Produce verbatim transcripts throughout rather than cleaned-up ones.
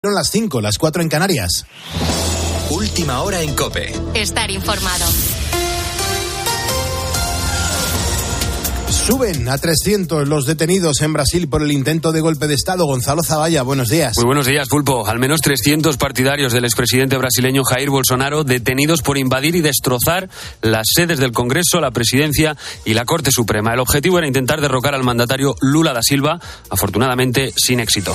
Son las cinco, las cuatro en Canarias. Última hora en COPE. Estar informado. Suben a trescientos los detenidos en Brasil por el intento de golpe de Estado. Gonzalo Zavalla, buenos días. Muy buenos días, Pulpo. Al menos trescientos partidarios del expresidente brasileño Jair Bolsonaro detenidos por invadir y destrozar las sedes del Congreso, la Presidencia y la Corte Suprema. El objetivo era intentar derrocar al mandatario Lula da Silva, afortunadamente sin éxito.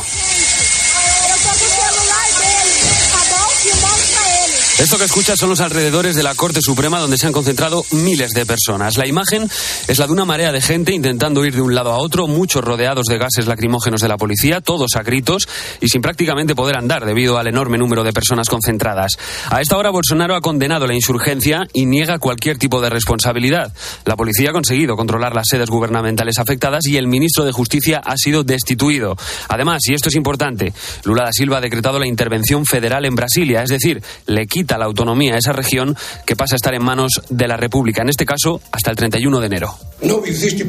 Esto que escuchas son los alrededores de la Corte Suprema, donde se han concentrado miles de personas. La imagen es la de una marea de gente intentando ir de un lado a otro, muchos rodeados de gases lacrimógenos de la policía, todos a gritos y sin prácticamente poder andar debido al enorme número de personas concentradas. A esta hora Bolsonaro ha condenado la insurgencia y niega cualquier tipo de responsabilidad. La policía ha conseguido controlar las sedes gubernamentales afectadas y el ministro de Justicia ha sido destituido. Además, y esto es importante, Lula da Silva ha decretado la intervención federal en Brasilia, es decir, le quita la autonomía a esa región que pasa a estar en manos de la República, en este caso hasta el treinta y uno de enero. No existen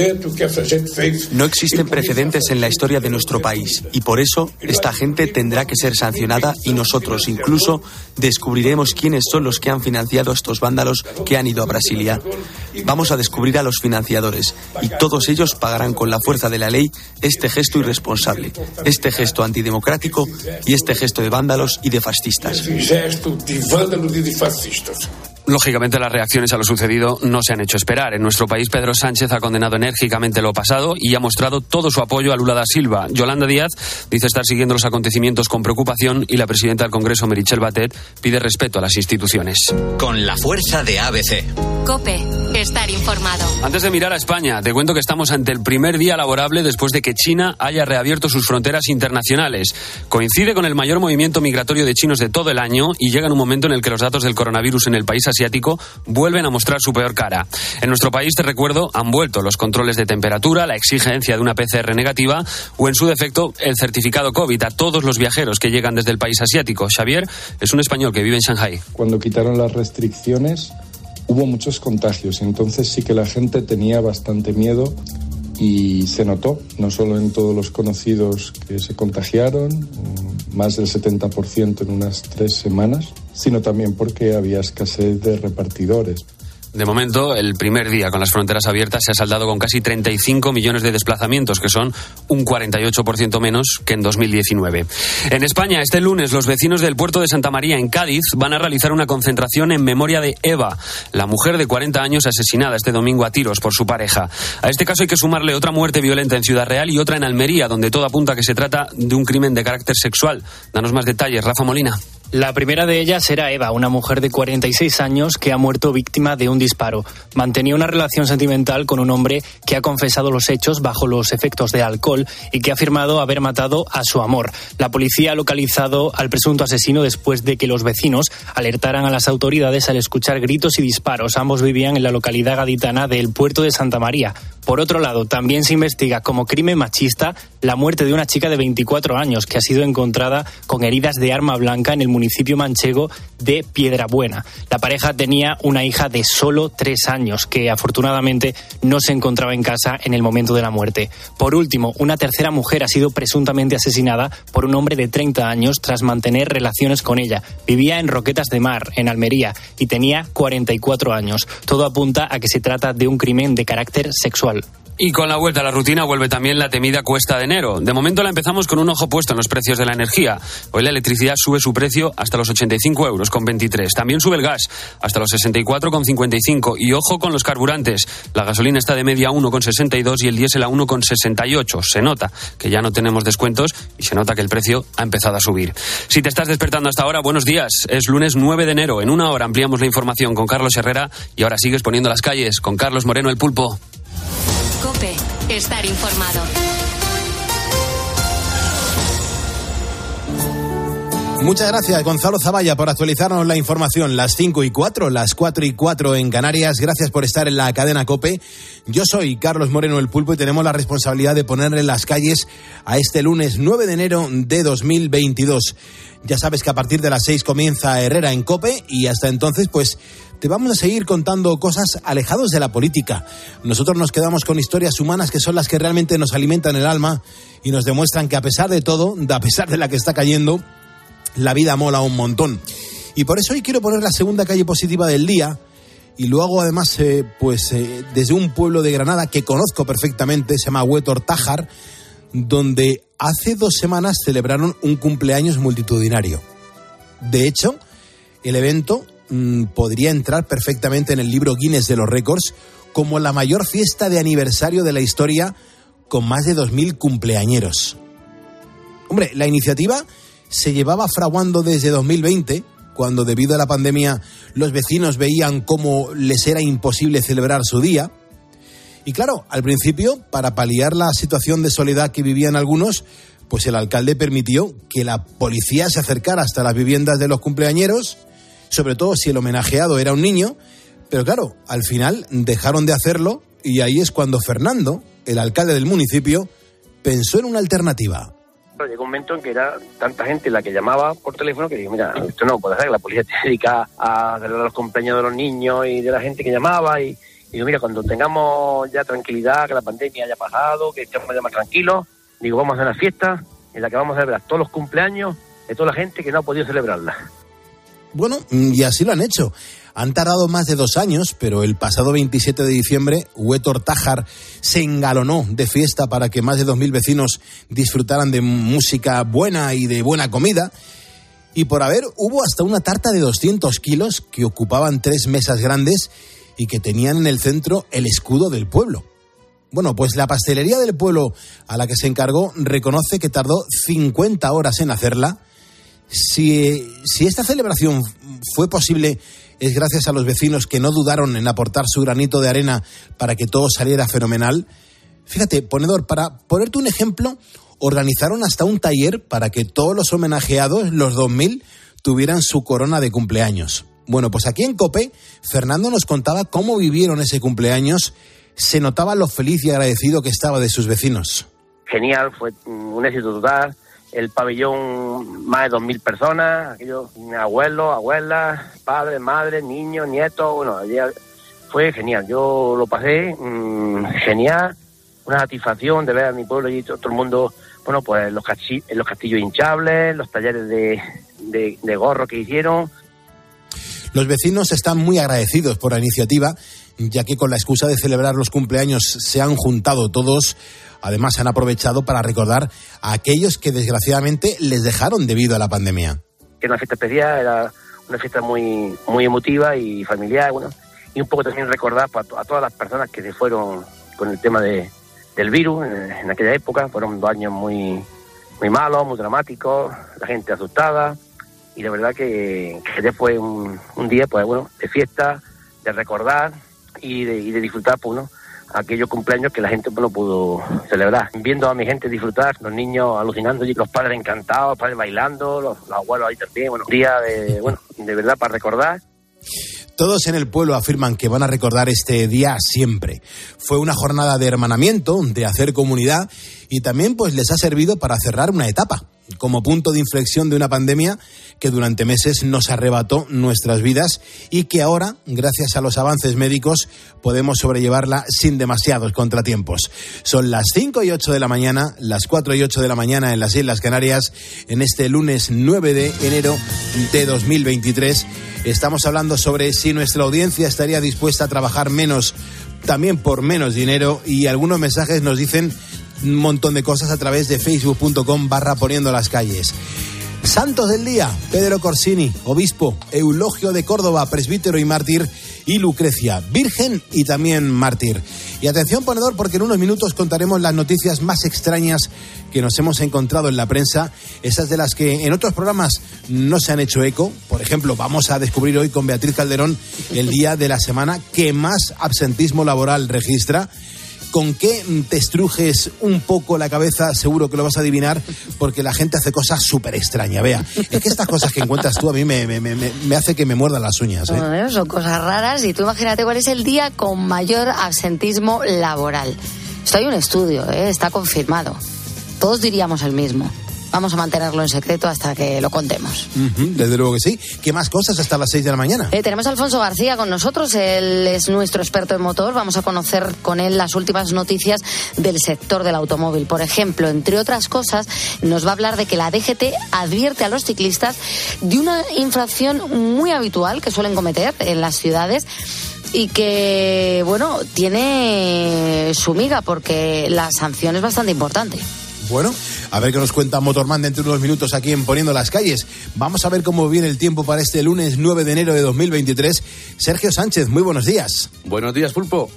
precedentes en la historia de nuestro país y por eso esta gente tendrá que ser sancionada y nosotros incluso descubriremos quiénes son los que han financiado a estos vándalos que han ido a Brasilia. Vamos a descubrir a los financiadores y todos ellos pagarán con la fuerza de la ley este gesto irresponsable, este gesto antidemocrático y este gesto de vándalos y de fascistas. Lógicamente, las reacciones a lo sucedido no se han hecho esperar. En nuestro país, Pedro Sánchez ha condenado enérgicamente lo pasado y ha mostrado todo su apoyo a Lula da Silva. Yolanda Díaz dice estar siguiendo los acontecimientos con preocupación y la presidenta del Congreso, Meritxell Batet, pide respeto a las instituciones. Con la fuerza de A B C. COPE. Estar informado. Antes de mirar a España, te cuento que estamos ante el primer día laborable después de que China haya reabierto sus fronteras internacionales. Coincide con el mayor movimiento migratorio de chinos de todo el año y llega en un momento en el que los datos del coronavirus en el país asiático vuelven a mostrar su peor cara. En nuestro país, te recuerdo, han vuelto los controles de temperatura, la exigencia de una P C R negativa o, en su defecto, el certificado COVID a todos los viajeros que llegan desde el país asiático. Xavier es un español que vive en Shanghái. Cuando quitaron las restricciones hubo muchos contagios, entonces sí que la gente tenía bastante miedo y se notó, no solo en todos los conocidos que se contagiaron, más del setenta por ciento en unas tres semanas, sino también porque había escasez de repartidores. De momento, el primer día con las fronteras abiertas se ha saldado con casi treinta y cinco millones de desplazamientos, que son un cuarenta y ocho por ciento menos que en dos mil diecinueve. En España, este lunes, los vecinos del puerto de Santa María, en Cádiz, van a realizar una concentración en memoria de Eva, la mujer de cuarenta años asesinada este domingo a tiros por su pareja. A este caso hay que sumarle otra muerte violenta en Ciudad Real y otra en Almería, donde todo apunta a que se trata de un crimen de carácter sexual. Danos más detalles, Rafa Molina. La primera de ellas era Eva, una mujer de cuarenta y seis años que ha muerto víctima de un disparo. Mantenía una relación sentimental con un hombre que ha confesado los hechos bajo los efectos de alcohol y que ha afirmado haber matado a su amor. La policía ha localizado al presunto asesino después de que los vecinos alertaran a las autoridades al escuchar gritos y disparos. Ambos vivían en la localidad gaditana del puerto de Santa María. Por otro lado, también se investiga como crimen machista la muerte de una chica de veinticuatro años que ha sido encontrada con heridas de arma blanca en el municipio manchego de Piedrabuena. La pareja tenía una hija de solo tres años que afortunadamente no se encontraba en casa en el momento de la muerte. Por último, una tercera mujer ha sido presuntamente asesinada por un hombre de treinta años tras mantener relaciones con ella. Vivía en Roquetas de Mar, en Almería, y tenía cuarenta y cuatro años. Todo apunta a que se trata de un crimen de carácter sexual. Y con la vuelta a la rutina vuelve también la temida cuesta de enero. De momento la empezamos con un ojo puesto en los precios de la energía. Hoy la electricidad sube su precio hasta los ochenta y cinco euros con veintitrés. También sube el gas hasta los sesenta y cuatro con cincuenta y cinco. Y ojo con los carburantes. La gasolina está de media a uno con sesenta y dos y el diésel a uno con sesenta y ocho. Se nota que ya no tenemos descuentos y se nota que el precio ha empezado a subir. Si te estás despertando hasta ahora, buenos días. Es lunes nueve de enero. En una hora ampliamos la información con Carlos Herrera y ahora sigues poniendo las calles con Carlos Moreno el Pulpo. COPE. Estar informado. Muchas gracias, Gonzalo Zavalla, por actualizarnos la información. Las cinco y cuatro, las cuatro y cuatro en Canarias. Gracias por estar en la cadena COPE. Yo soy Carlos Moreno el Pulpo y tenemos la responsabilidad de ponerle las calles a este lunes nueve de enero de dos mil veintidós. Ya sabes que a partir de las seis comienza Herrera en COPE y hasta entonces, pues, te vamos a seguir contando cosas alejados de la política. Nosotros nos quedamos con historias humanas que son las que realmente nos alimentan el alma y nos demuestran que a pesar de todo, a pesar de la que está cayendo, la vida mola un montón. Y por eso hoy quiero poner la segunda calle positiva del día, y lo hago además eh, pues eh, desde un pueblo de Granada que conozco perfectamente, se llama Huétor-Tájar, donde hace dos semanas celebraron un cumpleaños multitudinario. De hecho, el evento mmm, podría entrar perfectamente en el libro Guinness de los récords como la mayor fiesta de aniversario de la historia, con más de dos mil cumpleañeros. Hombre, la iniciativa se llevaba fraguando desde dos mil veinte, cuando debido a la pandemia los vecinos veían cómo les era imposible celebrar su día. Y claro, al principio, para paliar la situación de soledad que vivían algunos, pues el alcalde permitió que la policía se acercara hasta las viviendas de los cumpleañeros, sobre todo si el homenajeado era un niño, pero claro, al final dejaron de hacerlo y ahí es cuando Fernando, el alcalde del municipio, pensó en una alternativa. Llegó un momento en que era tanta gente la que llamaba por teléfono que digo, mira, esto no puede ser, que la policía se dedica a celebrar los cumpleaños de los niños y de la gente que llamaba y... Digo, mira, cuando tengamos ya tranquilidad, que la pandemia haya pasado, que estemos ya más tranquilos, digo, vamos a hacer una fiesta en la que vamos a celebrar todos los cumpleaños de toda la gente que no ha podido celebrarla. Bueno, y así lo han hecho. Han tardado más de dos años, pero el pasado veintisiete de diciembre, Huétor-Tájar se engalonó de fiesta para que más de dos mil vecinos disfrutaran de música buena y de buena comida. Y por haber, hubo hasta una tarta de doscientos kilos que ocupaban tres mesas grandes y que tenían en el centro el escudo del pueblo. Bueno, pues la pastelería del pueblo a la que se encargó reconoce que tardó cincuenta horas en hacerla. Si, si esta celebración fue posible es gracias a los vecinos que no dudaron en aportar su granito de arena para que todo saliera fenomenal. Fíjate, ponedor, para ponerte un ejemplo, organizaron hasta un taller para que todos los homenajeados, los dos mil, tuvieran su corona de cumpleaños. Bueno, pues aquí en COPE, Fernando nos contaba cómo vivieron ese cumpleaños. Se notaba lo feliz y agradecido que estaba de sus vecinos. Genial, fue un éxito total. El pabellón, más de dos mil personas, aquellos abuelos, abuelas, padres, madres, niños, nietos. Bueno, fue genial. Yo lo pasé mmm, genial. Una satisfacción de ver a mi pueblo y todo el mundo, bueno, pues los, cachi- los castillos hinchables, los talleres de, de, de gorro que hicieron. Los vecinos están muy agradecidos por la iniciativa, ya que con la excusa de celebrar los cumpleaños se han juntado todos. Además, han aprovechado para recordar a aquellos que desgraciadamente les dejaron debido a la pandemia. Era una fiesta especial, era una fiesta muy muy emotiva y familiar, bueno, y un poco también recordar a todas las personas que se fueron con el tema de, del virus en, en aquella época. Fueron dos años muy, muy malos, muy dramáticos, la gente asustada. Y la verdad que, que ya fue un, un día, pues bueno, de fiesta, de recordar y de, y de disfrutar, pues, ¿no? Aquellos cumpleaños que la gente pues, no pudo celebrar. Viendo a mi gente disfrutar, los niños alucinando, y los padres encantados, los padres bailando, los, los abuelos ahí también. Bueno, un día de, bueno, de verdad para recordar. Todos en el pueblo afirman que van a recordar este día siempre. Fue una jornada de hermanamiento, de hacer comunidad y también pues les ha servido para cerrar una etapa, como punto de inflexión de una pandemia que durante meses nos arrebató nuestras vidas y que ahora, gracias a los avances médicos, podemos sobrellevarla sin demasiados contratiempos. Son las cinco y ocho de la mañana, las cuatro y ocho de la mañana en las Islas Canarias, en este lunes nueve de enero de dos mil veintitrés. Estamos hablando sobre si nuestra audiencia estaría dispuesta a trabajar menos, también por menos dinero, y algunos mensajes nos dicen un montón de cosas a través de facebook.com barra poniendo las calles. Santos del día: Pedro Corsini, obispo; Eulogio de Córdoba, presbítero y mártir; y Lucrecia, virgen y también mártir. Y atención, ponedor, porque en unos minutos contaremos las noticias más extrañas que nos hemos encontrado en la prensa, esas de las que en otros programas no se han hecho eco. Por ejemplo, vamos a descubrir hoy con Beatriz Calderón el día de la semana que más absentismo laboral registra. ¿Con qué te estrujes un poco la cabeza? Seguro que lo vas a adivinar, porque la gente hace cosas súper extrañas. Vea, es que estas cosas que encuentras tú a mí me, me, me, me hace que me muerdan las uñas, ¿eh? Bueno, son cosas raras, y tú imagínate cuál es el día con mayor absentismo laboral. Esto hay un estudio, ¿eh? Está confirmado. Todos diríamos el mismo. vamos a mantenerlo en secreto hasta que lo contemos. Uh-huh, desde luego que sí. ¿Qué más cosas hasta las seis de la mañana? Eh, tenemos a Alfonso García con nosotros, él es nuestro experto en motor. Vamos a conocer con él las últimas noticias del sector del automóvil. Por ejemplo, entre otras cosas, nos va a hablar de que la D G T advierte a los ciclistas de una infracción muy habitual que suelen cometer en las ciudades y que, bueno, tiene su miga porque la sanción es bastante importante. Bueno, a ver qué nos cuenta Motorman dentro de unos minutos aquí en Poniendo las Calles. Vamos a ver cómo viene el tiempo para este lunes nueve de enero de dos mil veintitrés. Sergio Sánchez, muy buenos días. Buenos días, Pulpo.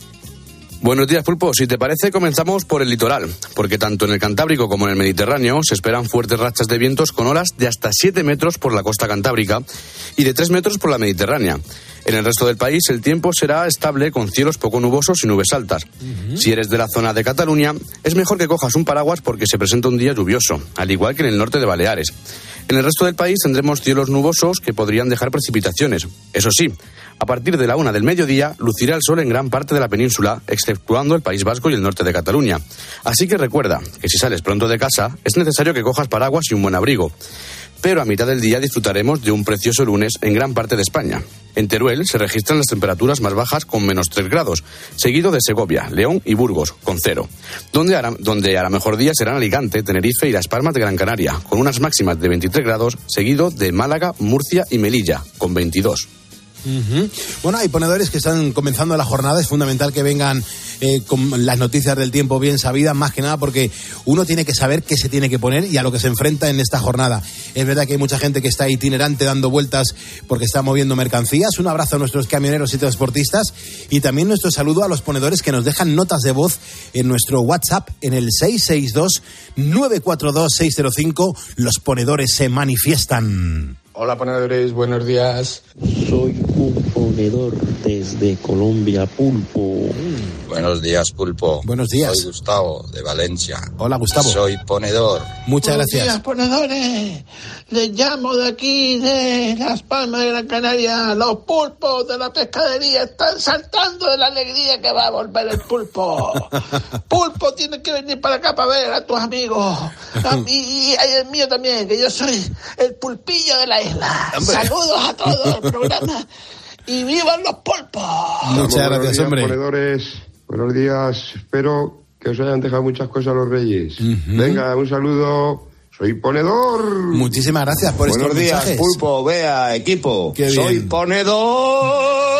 Buenos días, Pulpo. Si te parece, comenzamos por el litoral, porque tanto en el Cantábrico como en el Mediterráneo se esperan fuertes rachas de vientos con olas de hasta siete metros por la costa cantábrica y de tres metros por la Mediterránea. En el resto del país el tiempo será estable con cielos poco nubosos y nubes altas. Uh-huh. Si eres de la zona de Cataluña, es mejor que cojas un paraguas porque se presenta un día lluvioso, al igual que en el norte de Baleares. En el resto del país tendremos cielos nubosos que podrían dejar precipitaciones. Eso sí, a partir de la una del mediodía lucirá el sol en gran parte de la península, exceptuando el País Vasco y el norte de Cataluña. Así que recuerda que si sales pronto de casa es necesario que cojas paraguas y un buen abrigo. Pero a mitad del día disfrutaremos de un precioso lunes en gran parte de España. En Teruel se registran las temperaturas más bajas con menos tres grados, seguido de Segovia, León y Burgos, con cero. Donde hará, donde hará mejor día serán Alicante, Tenerife y Las Palmas de Gran Canaria, con unas máximas de veintitrés grados, seguido de Málaga, Murcia y Melilla, con veintidós. Uh-huh. Bueno, hay ponedores que están comenzando la jornada. Es fundamental que vengan eh, con las noticias del tiempo bien sabidas, más que nada porque uno tiene que saber qué se tiene que poner y a lo que se enfrenta en esta jornada. Es verdad que hay mucha gente que está itinerante dando vueltas porque está moviendo mercancías. Un abrazo a nuestros camioneros y transportistas y también nuestro saludo a los ponedores que nos dejan notas de voz en nuestro WhatsApp en el seis seis dos, nueve cuatro dos, seis cero cinco. Los ponedores se manifiestan. Hola ponedores, buenos días. Soy un ponedor desde Colombia, Pulpo. Buenos días, Pulpo. Buenos días. Soy Gustavo, de Valencia. Hola, Gustavo. Soy ponedor. Muchas Buenos gracias. días, ponedores. Les llamo de aquí, de Las Palmas de Gran Canaria. Los pulpos de la pescadería están saltando de la alegría que va a volver el pulpo. Pulpo, tienes que venir para acá para ver a tus amigos. A mí, y el mío también, que yo soy el pulpillo de la isla. ¡Hombre! Saludos a todos el programa y vivan los pulpos. Muchas gracias, días, hombre. Ponedores. Buenos días. Espero que os hayan dejado muchas cosas los Reyes. Uh-huh. Venga, un saludo. Soy ponedor. Muchísimas gracias por estos mensajes. Buenos días, Pulpo, Bea, equipo. Qué Soy bien. ponedor.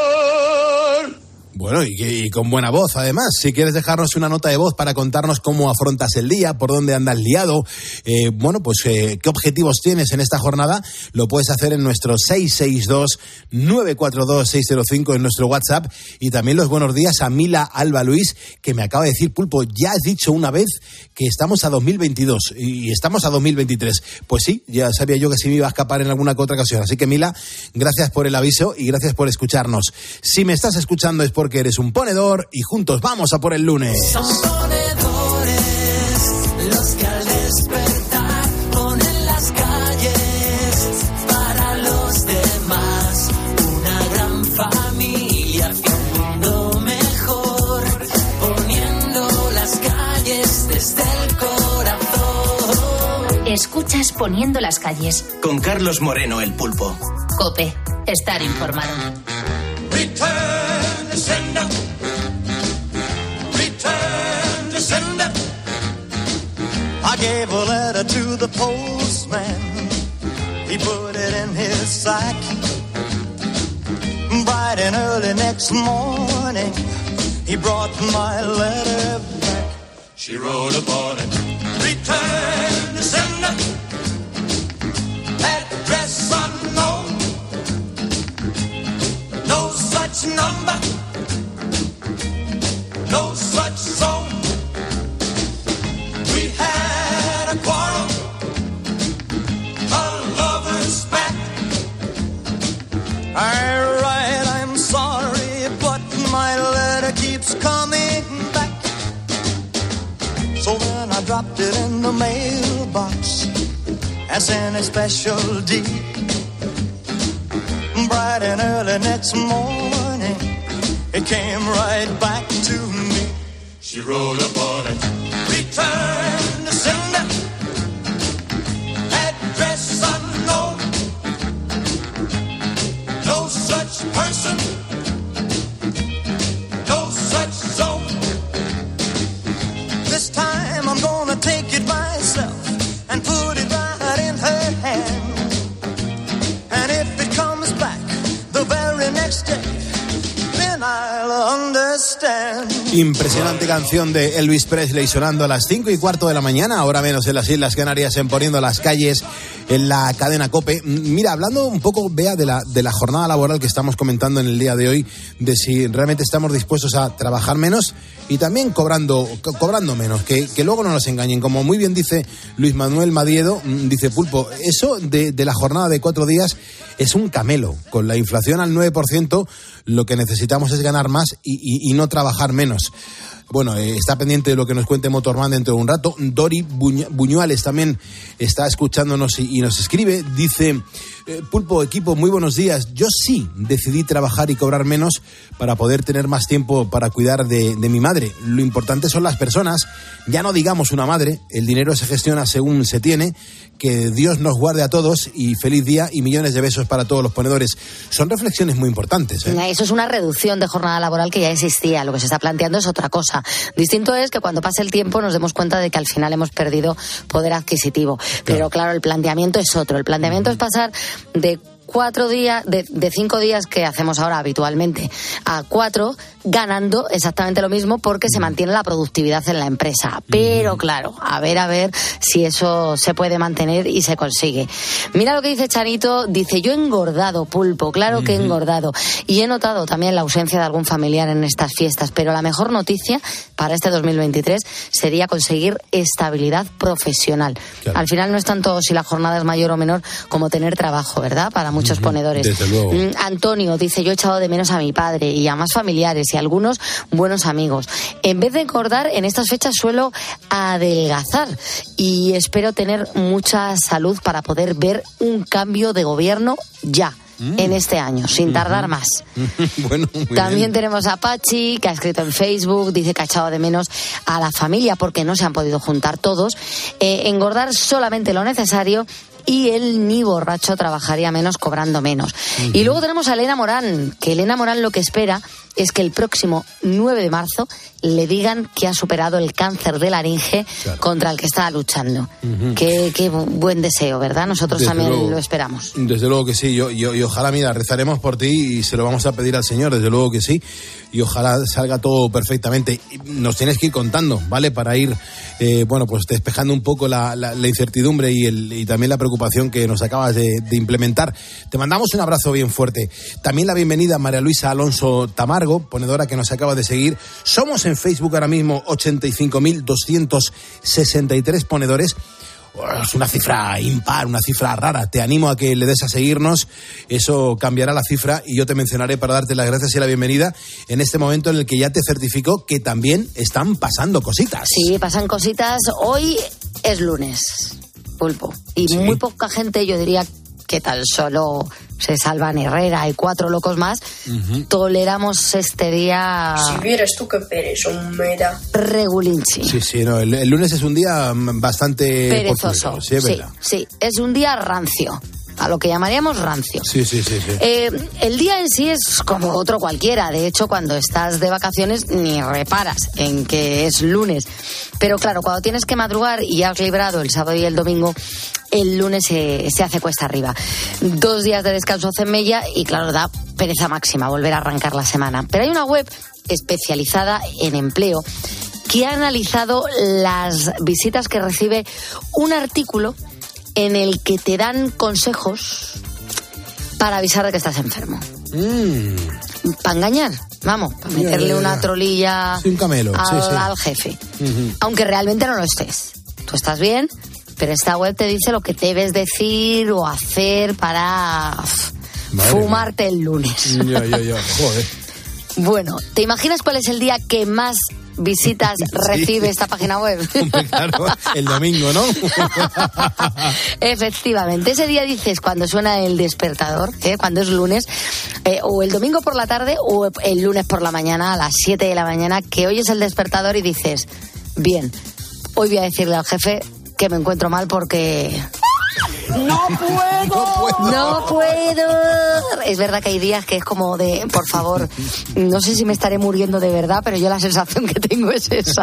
Bueno, y, y con buena voz, además. Si quieres dejarnos una nota de voz para contarnos cómo afrontas el día, por dónde andas liado, eh, bueno, pues eh, qué objetivos tienes en esta jornada, lo puedes hacer en nuestro seis seis dos, nueve cuatro dos, seis cero cinco en nuestro WhatsApp. Y también los buenos días a Mila Alba Luis, que me acaba de decir, Pulpo, ya has dicho una vez que estamos a dos mil veintidós y estamos a dos mil veintitrés. Pues sí, ya sabía yo que sí me iba a escapar en alguna que otra ocasión. Así que, Mila, gracias por el aviso y gracias por escucharnos. Si me estás escuchando es porque eres un ponedor y juntos vamos a por el lunes. Son ponedores los que al despertar ponen las calles para los demás. Una gran familia hacia un mundo mejor, poniendo las calles desde el corazón. Escuchas Poniendo las Calles con Carlos Moreno, el Pulpo. COPE, estar informado. Return to sender. Return to sender. I gave a letter to the postman. He put it in his sack. Bright and early next morning, he brought my letter back. She wrote upon it. Return to sender. Address unknown. No such number, no such song. We had a quarrel, a lover's spat. I write, I'm sorry, but my letter keeps coming back. So then I dropped it in the mailbox as in a special deed. Bright and early next morning, it came right back to me. She wrote upon it, return to sender. Impresionante canción de Elvis Presley sonando a las cinco y cuarto de la mañana, ahora menos en las Islas Canarias, en Poniendo las Calles, en la cadena COPE. Mira, hablando un poco, Bea, de la, de la jornada laboral que estamos comentando en el día de hoy, de si realmente estamos dispuestos a trabajar menos y también cobrando co- cobrando menos, que, que luego no nos engañen. Como muy bien dice Luis Manuel Madiedo, dice Pulpo, eso de, de la jornada de cuatro días es un camelo. Con la inflación al nueve por ciento, lo que necesitamos es ganar más y, y, y no trabajar menos. Bueno, eh, está pendiente de lo que nos cuente Motorman dentro de un rato. Dori Buñ- Buñuales también está escuchándonos y, y nos escribe. Dice, eh, Pulpo, equipo, muy buenos días. Yo sí decidí trabajar y cobrar menos para poder tener más tiempo para cuidar de, de mi madre. Lo importante son las personas. Ya no digamos una madre, el dinero se gestiona según se tiene. Que Dios nos guarde a todos y feliz día y millones de besos para todos los ponedores. Son reflexiones muy importantes, ¿eh? Eso es una reducción de jornada laboral que ya existía. Lo que se está planteando es otra cosa. Distinto es que cuando pase el tiempo nos demos cuenta de que al final hemos perdido poder adquisitivo. Pero claro, el planteamiento es otro. El planteamiento es pasar de cuatro días, de, de cinco días que hacemos ahora habitualmente, a cuatro, ganando exactamente lo mismo porque se mantiene la productividad en la empresa. Pero claro, a ver, a ver si eso se puede mantener y se consigue. Mira lo que dice Chanito, dice, yo he engordado, Pulpo, claro que he engordado. Y he notado también la ausencia de algún familiar en estas fiestas, pero la mejor noticia para este dos mil veintitrés sería conseguir estabilidad profesional. Claro. Al final no es tanto si la jornada es mayor o menor como tener trabajo, ¿verdad? Para muchos ponedores. Desde luego. Antonio dice, yo he echado de menos a mi padre y a más familiares y a algunos buenos amigos. En vez de engordar, en estas fechas suelo adelgazar y espero tener mucha salud para poder ver un cambio de gobierno ya. Mm. En este año, sin tardar uh-huh. más. Bueno, muy También bien. tenemos a Pachi, que ha escrito en Facebook, dice que ha echado de menos a la familia porque no se han podido juntar todos. Eh, engordar solamente lo necesario y él ni borracho trabajaría menos cobrando menos. Uh-huh. Y luego tenemos a Elena Morán, que Elena Morán lo que espera es que el próximo nueve de marzo le digan que ha superado el cáncer de laringe, claro, contra el que está luchando. Uh-huh. Qué, qué buen deseo, ¿verdad? Nosotros desde también luego, lo esperamos. Desde luego que sí, yo, yo, y ojalá, mira, rezaremos por ti y se lo vamos a pedir al Señor, desde luego que sí, y ojalá salga todo perfectamente. Nos tienes que ir contando, ¿vale? Para ir, eh, bueno, pues despejando un poco la, la, la incertidumbre y, el, y también la preocupación que nos acabas de, de implementar. Te mandamos un abrazo bien fuerte. También la bienvenida a María Luisa Alonso Tamargo, ponedora que nos acaba de seguir. Somos en Facebook ahora mismo ochenta y cinco mil doscientos sesenta y tres ponedores. Es una cifra impar, una cifra rara. Te animo a que le des a seguirnos. Eso cambiará la cifra y yo te mencionaré para darte las gracias y la bienvenida en este momento en el que ya te certifico que también están pasando cositas. Sí, pasan cositas. Hoy es lunes, Pulpo. Y sí, muy poca gente, yo diría que tan solo se salvan Herrera y cuatro locos más, uh-huh, toleramos este día. Si vieras tú qué pereza me da. Regulinchi. Sí, sí, no, el, el lunes es un día bastante perezoso. Posturio, sí, es sí, sí, es un día rancio. A lo que llamaríamos rancio. Sí, sí, sí, sí. Eh, el día en sí es como otro cualquiera. De hecho, cuando estás de vacaciones ni reparas en que es lunes. Pero claro, cuando tienes que madrugar y has librado el sábado y el domingo, el lunes se, se hace cuesta arriba. Dos días de descanso hacen mella y claro, da pereza máxima volver a arrancar la semana. Pero hay una web especializada en empleo que ha analizado las visitas que recibe un artículo en el que te dan consejos para avisar de que estás enfermo. Mm. Para engañar, vamos, para meterle ya, ya, ya. una trolilla sí, un camelo. Al, sí, sí. al jefe. Uh-huh. Aunque realmente no lo estés. Tú estás bien, pero esta web te dice lo que debes decir o hacer para Madre fumarte mía. El lunes. Ya, ya, ya, joder. Bueno, ¿te imaginas cuál es el día que más visitas recibe sí. esta página web? Hombre, claro, el domingo, ¿no? Efectivamente, ese día dices cuando suena el despertador, ¿eh? Cuando es lunes, eh, o el domingo por la tarde o el lunes por la mañana a las siete de la mañana, que oyes el despertador y dices, bien, hoy voy a decirle al jefe que me encuentro mal porque ¡No puedo! No puedo. Es verdad que hay días que es como de, por favor, no sé si me estaré muriendo de verdad, pero yo la sensación que tengo es esa.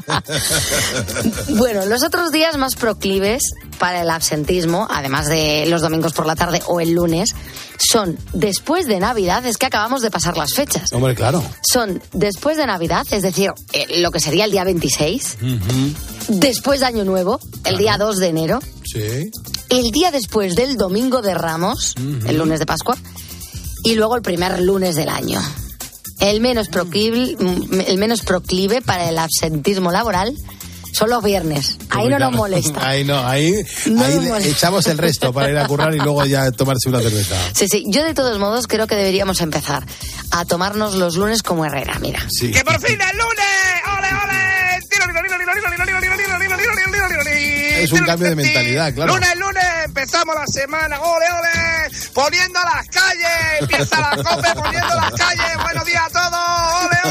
Bueno, los otros días más proclives para el absentismo, además de los domingos por la tarde o el lunes, son después de Navidad, es que acabamos de pasar las fechas. Hombre, claro. Son después de Navidad, es decir, eh, lo que sería el día veintiséis, uh-huh. Después de Año Nuevo, el claro. día dos de enero, sí. El día después del Domingo de Ramos, uh-huh. el lunes de Pascua, y luego el primer lunes del año. El menos proclive, el menos proclive para el absentismo laboral son los viernes. Ahí no nos molesta. Ahí no, ahí, no ahí le echamos el resto para ir a currar y luego ya tomarse una cerveza. Sí, sí. Yo de todos modos creo que deberíamos empezar a tomarnos los lunes como Herrera, mira. Sí. ¡Que por fin es lunes! ¡Ole, ole! Es un cambio de mentalidad, claro. Lunes, lunes, empezamos la semana. ¡Ole, ole! Poniendo las calles. Empieza la COPE poniendo las calles. Buenos días a todos. ¡Ole,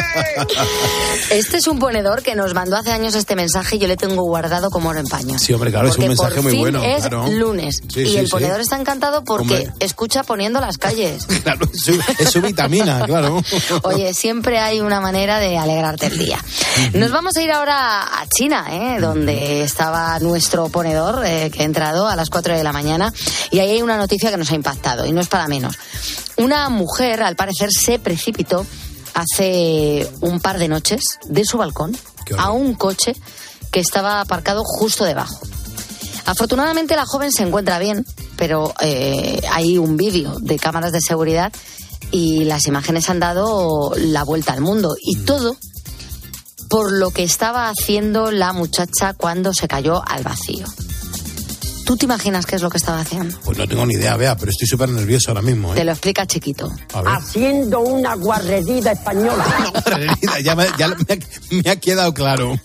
ole! Este es un ponedor que nos mandó hace años este mensaje y yo le tengo guardado como oro en paño. Sí, hombre, claro, porque es un mensaje muy bueno. Es claro. lunes. Sí, y sí, el sí. ponedor está encantado porque hombre. escucha poniendo las calles. Claro, es su, es su vitamina, claro. Oye, siempre hay una manera de alegrarte el día. Nos vamos a ir ahora a China, ¿eh? Donde estaba nuestro ponedor, eh, que ha entrado a las cuatro de la mañana. Y ahí hay una noticia que nos ha impactado, y no es para menos. Una mujer, al parecer, se precipitó hace un par de noches de su balcón a un coche que estaba aparcado justo debajo. Afortunadamente la joven se encuentra bien, pero eh, hay un vídeo de cámaras de seguridad y las imágenes han dado la vuelta al mundo. Y todo por lo que estaba haciendo la muchacha cuando se cayó al vacío. ¿Tú te imaginas qué es lo que estaba haciendo? Pues no tengo ni idea, Bea, pero estoy súper nervioso ahora mismo, ¿eh? Te lo explica Chiquito. Haciendo una guarrería española. Una guarrería, ya, me, ya me, ha, me ha quedado claro.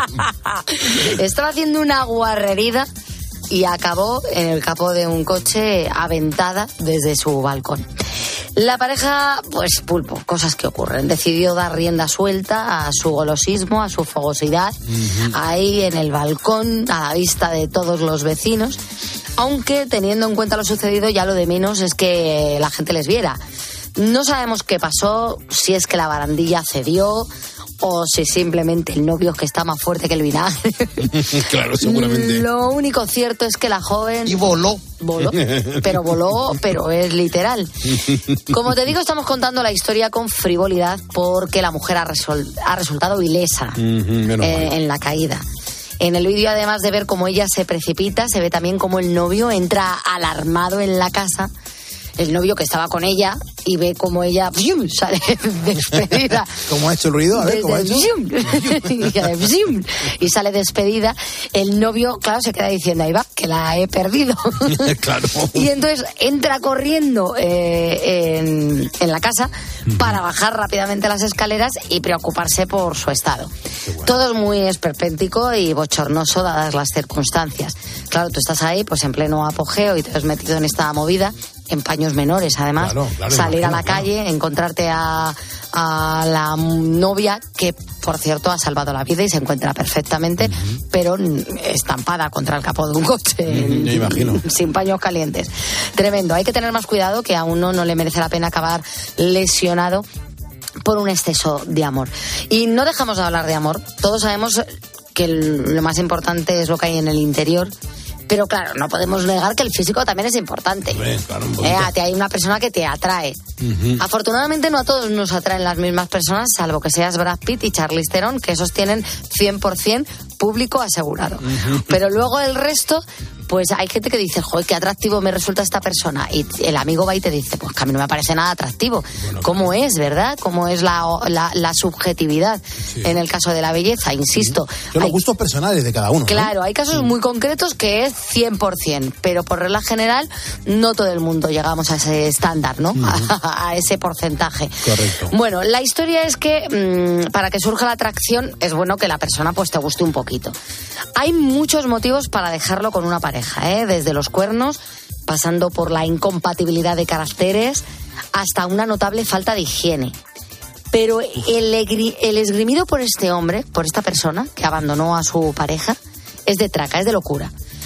Estaba haciendo una guarrería y acabó en el capó de un coche aventada desde su balcón. La pareja, pues pulpo, cosas que ocurren. Decidió dar rienda suelta a su golosismo, a su fogosidad, uh-huh. ahí en el balcón, a la vista de todos los vecinos. Aunque, teniendo en cuenta lo sucedido, ya lo de menos es que la gente les viera. No sabemos qué pasó, si es que la barandilla cedió o si simplemente el novio es que está más fuerte que el vinagre. Claro, seguramente. Lo único cierto es que la joven... Y voló. Voló, pero voló, pero es literal. Como te digo, estamos contando la historia con frivolidad porque la mujer ha, resol- ha resultado ilesa uh-huh, eh, en la caída. En el vídeo, además de ver cómo ella se precipita, se ve también cómo el novio entra alarmado en la casa. El novio que estaba con ella y ve cómo ella ¡fium! Sale despedida. ¿Cómo ha hecho el ruido? A ver, ¿cómo ha hecho? Y sale despedida. El novio, claro, se queda diciendo, ahí va, que la he perdido. Claro. Y entonces entra corriendo eh, en, en la casa para bajar rápidamente las escaleras y preocuparse por su estado. Bueno. Todo es muy esperpéntico y bochornoso dadas las circunstancias. Claro, tú estás ahí pues en pleno apogeo y te has metido en esta movida, en paños menores además, claro, claro, salir imagino, a la calle, claro. encontrarte a, a la novia que, por cierto, ha salvado la vida y se encuentra perfectamente, uh-huh. pero estampada contra el capó de un coche, uh-huh, yo imagino. Sin paños calientes. Tremendo, hay que tener más cuidado, que a uno no le merece la pena acabar lesionado por un exceso de amor. Y no dejamos de hablar de amor, todos sabemos que lo más importante es lo que hay en el interior. Pero claro, no podemos negar que el físico también es importante. Hombre, claro, un eh, hay una persona que te atrae. Uh-huh. Afortunadamente no a todos nos atraen las mismas personas, salvo que seas Brad Pitt y Charlize Theron, que esos tienen cien por ciento público asegurado. Uh-huh. Pero luego el resto, pues hay gente que dice, joder, qué atractivo me resulta esta persona. Y el amigo va y te dice, pues que a mí no me parece nada atractivo. Bueno, ¿cómo claro. es, verdad? ¿Cómo es la, la, la subjetividad sí. en el caso de la belleza? Insisto. Uh-huh. Son los hay, gustos personales de cada uno. Claro, ¿no? hay casos uh-huh. muy concretos que es cien por ciento, pero por regla general no todo el mundo llegamos a ese estándar, ¿no? Uh-huh. a, a ese porcentaje. Correcto. Bueno, la historia es que mmm, para que surja la atracción es bueno que la persona pues te guste un poquito. Hay muchos motivos para dejarlo con una pareja, ¿eh? Desde los cuernos, pasando por la incompatibilidad de caracteres, hasta una notable falta de higiene. Pero el, el esgrimido por este hombre, por esta persona que abandonó a su pareja, es de traca, es de locura.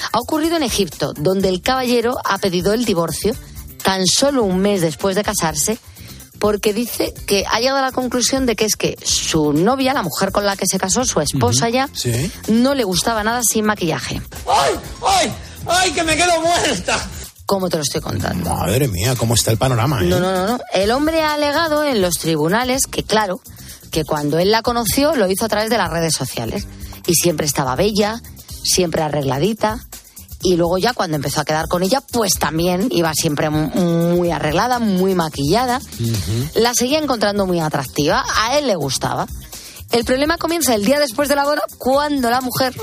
Ha ocurrido en Egipto, donde el caballero ha pedido el divorcio tan solo un mes después de casarse, porque dice que ha llegado a la conclusión de que es que su novia, la mujer con la que se casó, su esposa uh-huh. ya, ¿sí? no le gustaba nada sin maquillaje. ¡Ay, ay, ay, que me quedo muerta! ¿Cómo te lo estoy contando? Madre mía, cómo está el panorama, ¿eh? No, no, no, no. El hombre ha alegado en los tribunales que, claro, que cuando él la conoció lo hizo a través de las redes sociales. Y siempre estaba bella, siempre arregladita. Y luego ya cuando empezó a quedar con ella, pues también iba siempre muy arreglada, muy maquillada. Uh-huh. La seguía encontrando muy atractiva, a él le gustaba. El problema comienza el día después de la boda, cuando la mujer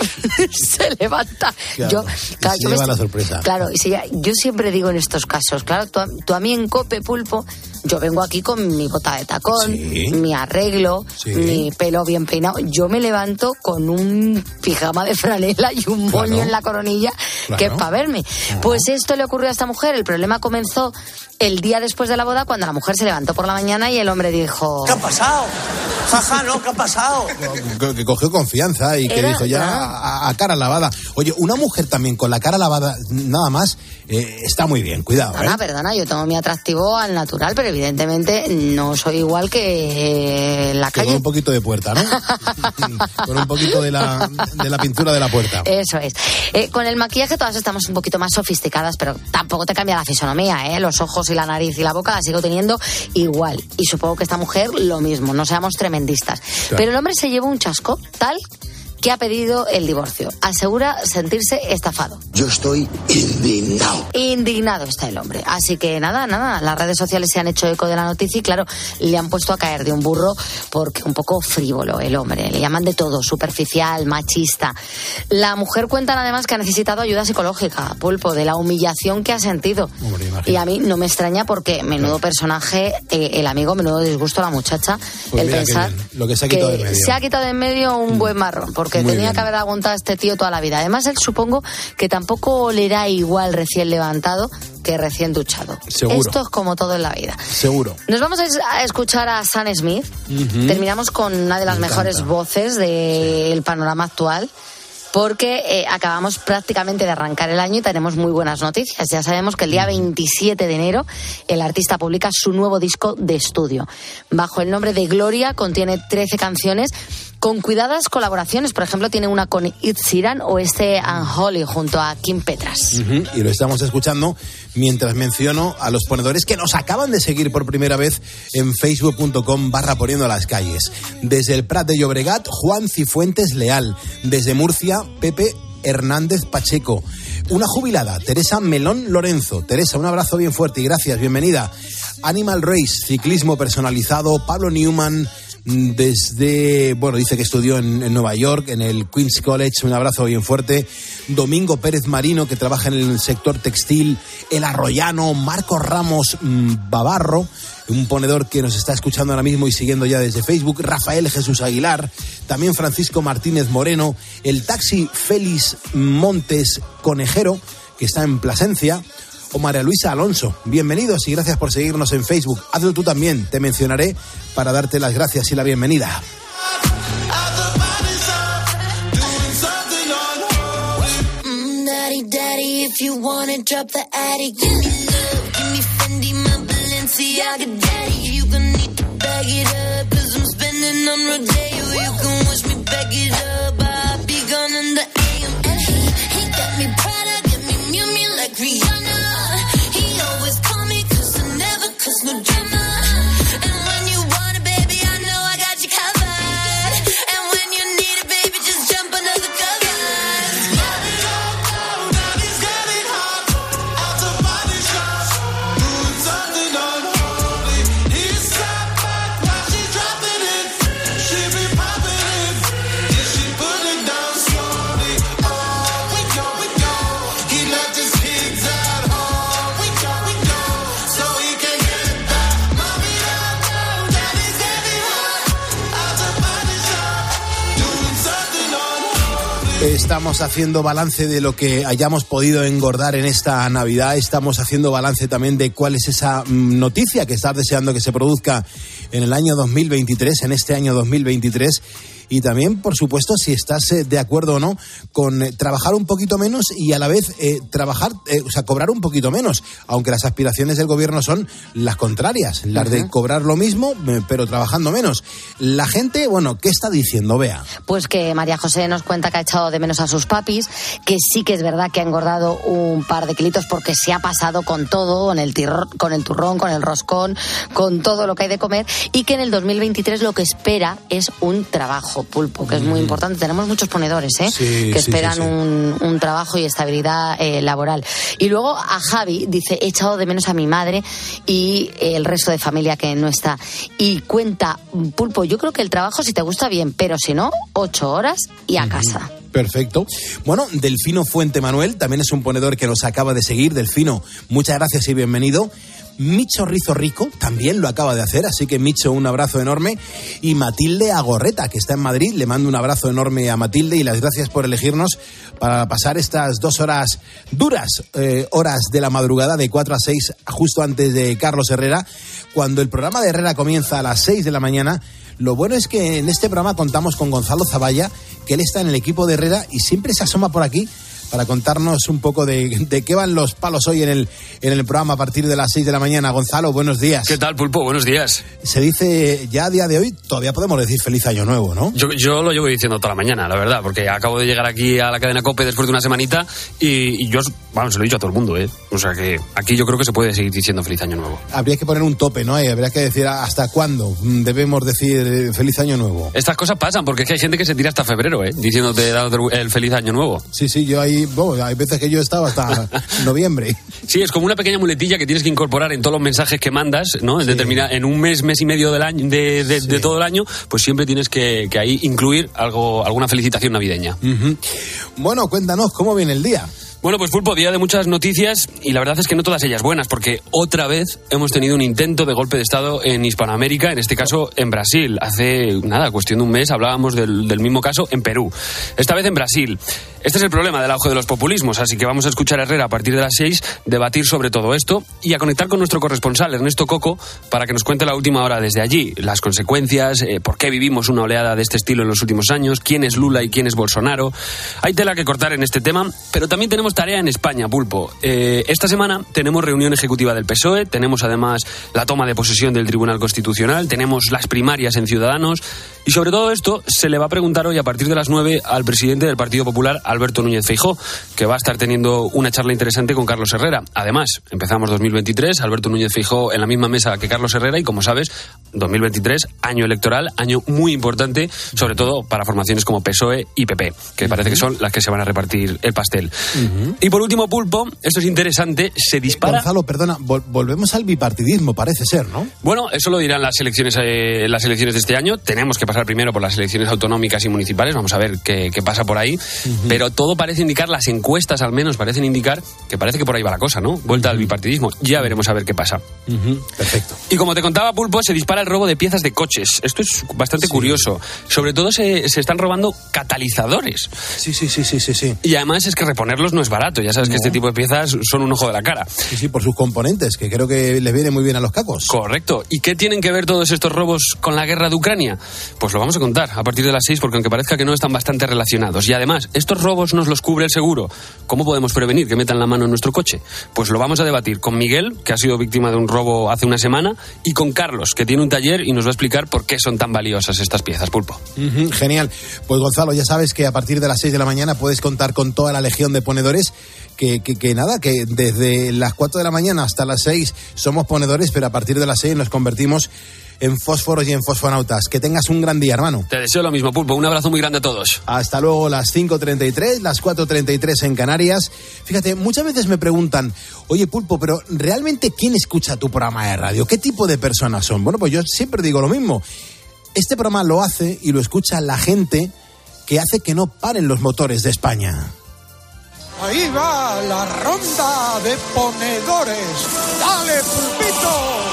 se levanta. Claro, yo, claro, se yo lleva me, la sorpresa. Claro, y si ya, yo siempre digo en estos casos, claro, tú, tú a mí en Cope, Pulpo, yo vengo aquí con mi bota de tacón, ¿sí? mi arreglo, sí. mi pelo bien peinado. Yo me levanto con un pijama de franela y un moño claro. en la coronilla, claro. que es para verme. Uh-huh. Pues esto le ocurrió a esta mujer. El problema comenzó el día después de la boda, cuando la mujer se levantó por la mañana y el hombre dijo... ¿Qué ha pasado? Jaja, no, ¿qué ha pasado? Que, que cogió confianza y que Era, dijo ya a, a cara lavada. Oye, una mujer también con la cara lavada, nada más, eh, está muy bien, cuidado. Perdona, ¿eh? perdona, yo tengo mi atractivo al natural, pero evidentemente no soy igual que en la calle. Con un poquito de puerta, ¿no? Con un poquito de la, de la pintura de la puerta. Eso es. Eh, con el maquillaje todas estamos un poquito más sofisticadas, pero tampoco te cambia la fisonomía, ¿eh? Los ojos y la nariz y la boca la sigo teniendo igual. Y supongo que esta mujer lo mismo, no seamos tremendistas. Claro. Pero el hombre se llevó un chasco tal que ha pedido el divorcio. Asegura sentirse estafado. Yo estoy indignado. Indignado está el hombre. Así que nada, nada, las redes sociales se han hecho eco de la noticia y claro, le han puesto a caer de un burro porque un poco frívolo el hombre. Le llaman de todo, superficial, machista. La mujer cuenta además que ha necesitado ayuda psicológica, Pulpo, de la humillación que ha sentido. Hombre, y a mí no me extraña porque menudo claro. personaje, eh, el amigo, menudo disgusto a la muchacha, pues el pensar lo que se ha quitado que de medio. se ha quitado de en medio un mm. buen marrón. Porque que Muy tenía bien. que haber aguantado a este tío toda la vida. Además, él supongo que tampoco olerá igual recién levantado que recién duchado. Seguro. Esto es como todo en la vida. Seguro. Nos vamos a escuchar a Sam Smith. Uh-huh. Terminamos con una de las Me mejores encanta. voces del sí. panorama actual. Porque eh, acabamos prácticamente de arrancar el año y tenemos muy buenas noticias. Ya sabemos que el día veintisiete de enero el artista publica su nuevo disco de estudio. Bajo el nombre de Gloria contiene trece canciones con cuidadas colaboraciones. Por ejemplo, tiene una con Ed Sheeran o este Unholy junto a Kim Petras. Uh-huh. Y lo estamos escuchando mientras menciono a los ponedores que nos acaban de seguir por primera vez en facebook.com barra poniendo las calles. Desde el Prat de Llobregat, Juan Cifuentes Leal. Desde Murcia, Pepe Hernández Pacheco. Una jubilada, Teresa Melón Lorenzo. Teresa, un abrazo bien fuerte y gracias, bienvenida. Animal Race, ciclismo personalizado, Pablo Newman. Desde, bueno, dice que estudió en, en Nueva York, en el Queen's College, un abrazo bien fuerte. Domingo Pérez Marino, que trabaja en el sector textil. El Arroyano, Marcos Ramos mmm, Bavarro, un ponedor que nos está escuchando ahora mismo y siguiendo ya desde Facebook. Rafael Jesús Aguilar, también Francisco Martínez Moreno. El taxi Félix Montes Conejero, que está en Plasencia. O María Luisa Alonso. Bienvenidos y gracias por seguirnos en Facebook. Hazlo tú también, te mencionaré para darte las gracias y la bienvenida. Estamos haciendo balance de lo que hayamos podido engordar en esta Navidad. Estamos haciendo balance también de cuál es esa noticia que estás deseando que se produzca en el año dos mil veintitrés, en este año dos mil veintitrés. y también, por supuesto, si estás eh, de acuerdo o no con eh, trabajar un poquito menos y a la vez eh, trabajar, eh, o sea, cobrar un poquito menos, aunque las aspiraciones del gobierno son las contrarias, las uh-huh. de cobrar lo mismo, eh, pero trabajando menos. La gente, bueno, ¿qué está diciendo, Bea? Pues que María José nos cuenta que ha echado de menos a sus papis, que sí que es verdad que ha engordado un par de kilitos porque se ha pasado con todo, con el, tirro, con el turrón, con el roscón, con todo lo que hay de comer, y que en el dos mil veintitrés lo que espera es un trabajo, Pulpo, que es muy importante. Tenemos muchos ponedores ¿eh? sí, que sí, esperan sí, sí. Un, un trabajo y estabilidad eh, laboral. Y luego a Javi dice, he echado de menos a mi madre y eh, el resto de familia que no está. Y cuenta, Pulpo, yo creo que el trabajo si te gusta bien, pero si no, ocho horas y a casa. Perfecto. Bueno, Delfino Fuente Manuel también es un ponedor que nos acaba de seguir. Delfino, muchas gracias y bienvenido. Micho Rizo Rico también lo acaba de hacer, así que Micho, un abrazo enorme. Y Matilde Agorreta, que está en Madrid, le mando un abrazo enorme a Matilde y las gracias por elegirnos para pasar estas dos horas duras, eh, horas de la madrugada de cuatro a seis, justo antes de Carlos Herrera. Cuando el programa de Herrera comienza a las seis de la mañana, lo bueno es que en este programa contamos con Gonzalo Zavalla, que él está en el equipo de Herrera y siempre se asoma por aquí para contarnos un poco de, de qué van los palos hoy en el, en el programa a partir de las seis de la mañana. Gonzalo, buenos días. ¿Qué tal, Pulpo? Buenos días. Se dice, ya a día de hoy, todavía podemos decir feliz año nuevo, ¿no? Yo, yo lo llevo diciendo toda la mañana, la verdad, porque acabo de llegar aquí a la cadena COPE después de una semanita y, y yo, vamos, se lo he dicho a todo el mundo, ¿eh? O sea que aquí yo creo que se puede seguir diciendo feliz año nuevo. Habría que poner un tope, ¿no? Habría que decir hasta cuándo debemos decir feliz año nuevo. Estas cosas pasan, porque es que hay gente que se tira hasta febrero, ¿eh? Diciéndote el feliz año nuevo. Sí, sí, yo ahí, bueno, hay veces que yo estaba hasta noviembre. Sí, es como una pequeña muletilla que tienes que incorporar en todos los mensajes que mandas, ¿no? En, sí. determina, en un mes, mes y medio del año, de, de, sí. de todo el año, pues siempre tienes que, que ahí incluir algo, alguna felicitación navideña. Uh-huh. Bueno, cuéntanos, ¿cómo viene el día? Bueno, pues Pulpo, día de muchas noticias y la verdad es que no todas ellas buenas, porque otra vez hemos tenido un intento de golpe de Estado en Hispanoamérica, en este caso en Brasil. Hace, nada, cuestión de un mes hablábamos del, del mismo caso en Perú. Esta vez en Brasil. Este es el problema del auge de los populismos, así que vamos a escuchar a Herrera a partir de las seis debatir sobre todo esto y a conectar con nuestro corresponsal, Ernesto Coco, para que nos cuente la última hora desde allí, las consecuencias, eh, por qué vivimos una oleada de este estilo en los últimos años, quién es Lula y quién es Bolsonaro. Hay tela que cortar en este tema, pero también tenemos tarea en España, Pulpo. Eh, esta semana tenemos reunión ejecutiva del P S O E, tenemos además la toma de posesión del Tribunal Constitucional, tenemos las primarias en Ciudadanos y sobre todo esto se le va a preguntar hoy a partir de las nueve al presidente del Partido Popular, Alberto Núñez Feijóo, que va a estar teniendo una charla interesante con Carlos Herrera. Además, empezamos dos mil veintitrés, Alberto Núñez Feijóo en la misma mesa que Carlos Herrera y, como sabes, dos mil veintitrés, año electoral, año muy importante, sobre todo para formaciones como P S O E y P P, que uh-huh. parece que son las que se van a repartir el pastel. Uh-huh. Y por último, Pulpo, esto es interesante, se dispara... Gonzalo, perdona, vol- volvemos al bipartidismo, parece ser, ¿no? Bueno, eso lo dirán las elecciones, eh, las elecciones de este año. Tenemos que pasar primero por las elecciones autonómicas y municipales, vamos a ver qué, qué pasa por ahí, uh-huh. pero todo parece indicar, las encuestas al menos parecen indicar que parece que por ahí va la cosa, ¿no? Vuelta uh-huh. al bipartidismo, ya veremos a ver qué pasa. Uh-huh. Perfecto. Y como te contaba, Pulpo, se dispara el robo de piezas de coches. Esto es bastante sí. curioso. Sobre todo se, se están robando catalizadores. Sí, sí, sí, sí, sí, sí. Y además es que reponerlos no es barato, ya sabes no. que este tipo de piezas son un ojo de la cara. Sí, sí, por sus componentes, que creo que les viene muy bien a los cacos. Correcto. ¿Y qué tienen que ver todos estos robos con la guerra de Ucrania? Pues lo vamos a contar a partir de las seis, porque aunque parezca que no, están bastante relacionados. Y además, estos robos nos los cubre el seguro. ¿Cómo podemos prevenir que metan la mano en nuestro coche? Pues lo vamos a debatir con Miguel, que ha sido víctima de un robo hace una semana, y con Carlos, que tiene un taller y nos va a explicar por qué son tan valiosas estas piezas, Pulpo. Uh-huh, genial. Pues Gonzalo, ya sabes que a partir de las seis de la mañana puedes contar con toda la legión de ponedores que, que, que nada, que desde las cuatro de la mañana hasta las seis somos ponedores, pero a partir de las seis nos convertimos en fósforos y en fosfonautas. Que tengas un gran día, hermano. Te deseo lo mismo, Pulpo. Un abrazo muy grande a todos. Hasta luego, las cinco treinta y tres, las cuatro treinta y tres en Canarias. Fíjate, muchas veces me preguntan, oye, Pulpo, pero ¿realmente quién escucha tu programa de radio? ¿Qué tipo de personas son? Bueno, pues yo siempre digo lo mismo. Este programa lo hace y lo escucha la gente que hace que no paren los motores de España. Ahí va la ronda de ponedores. ¡Dale, Pulpito!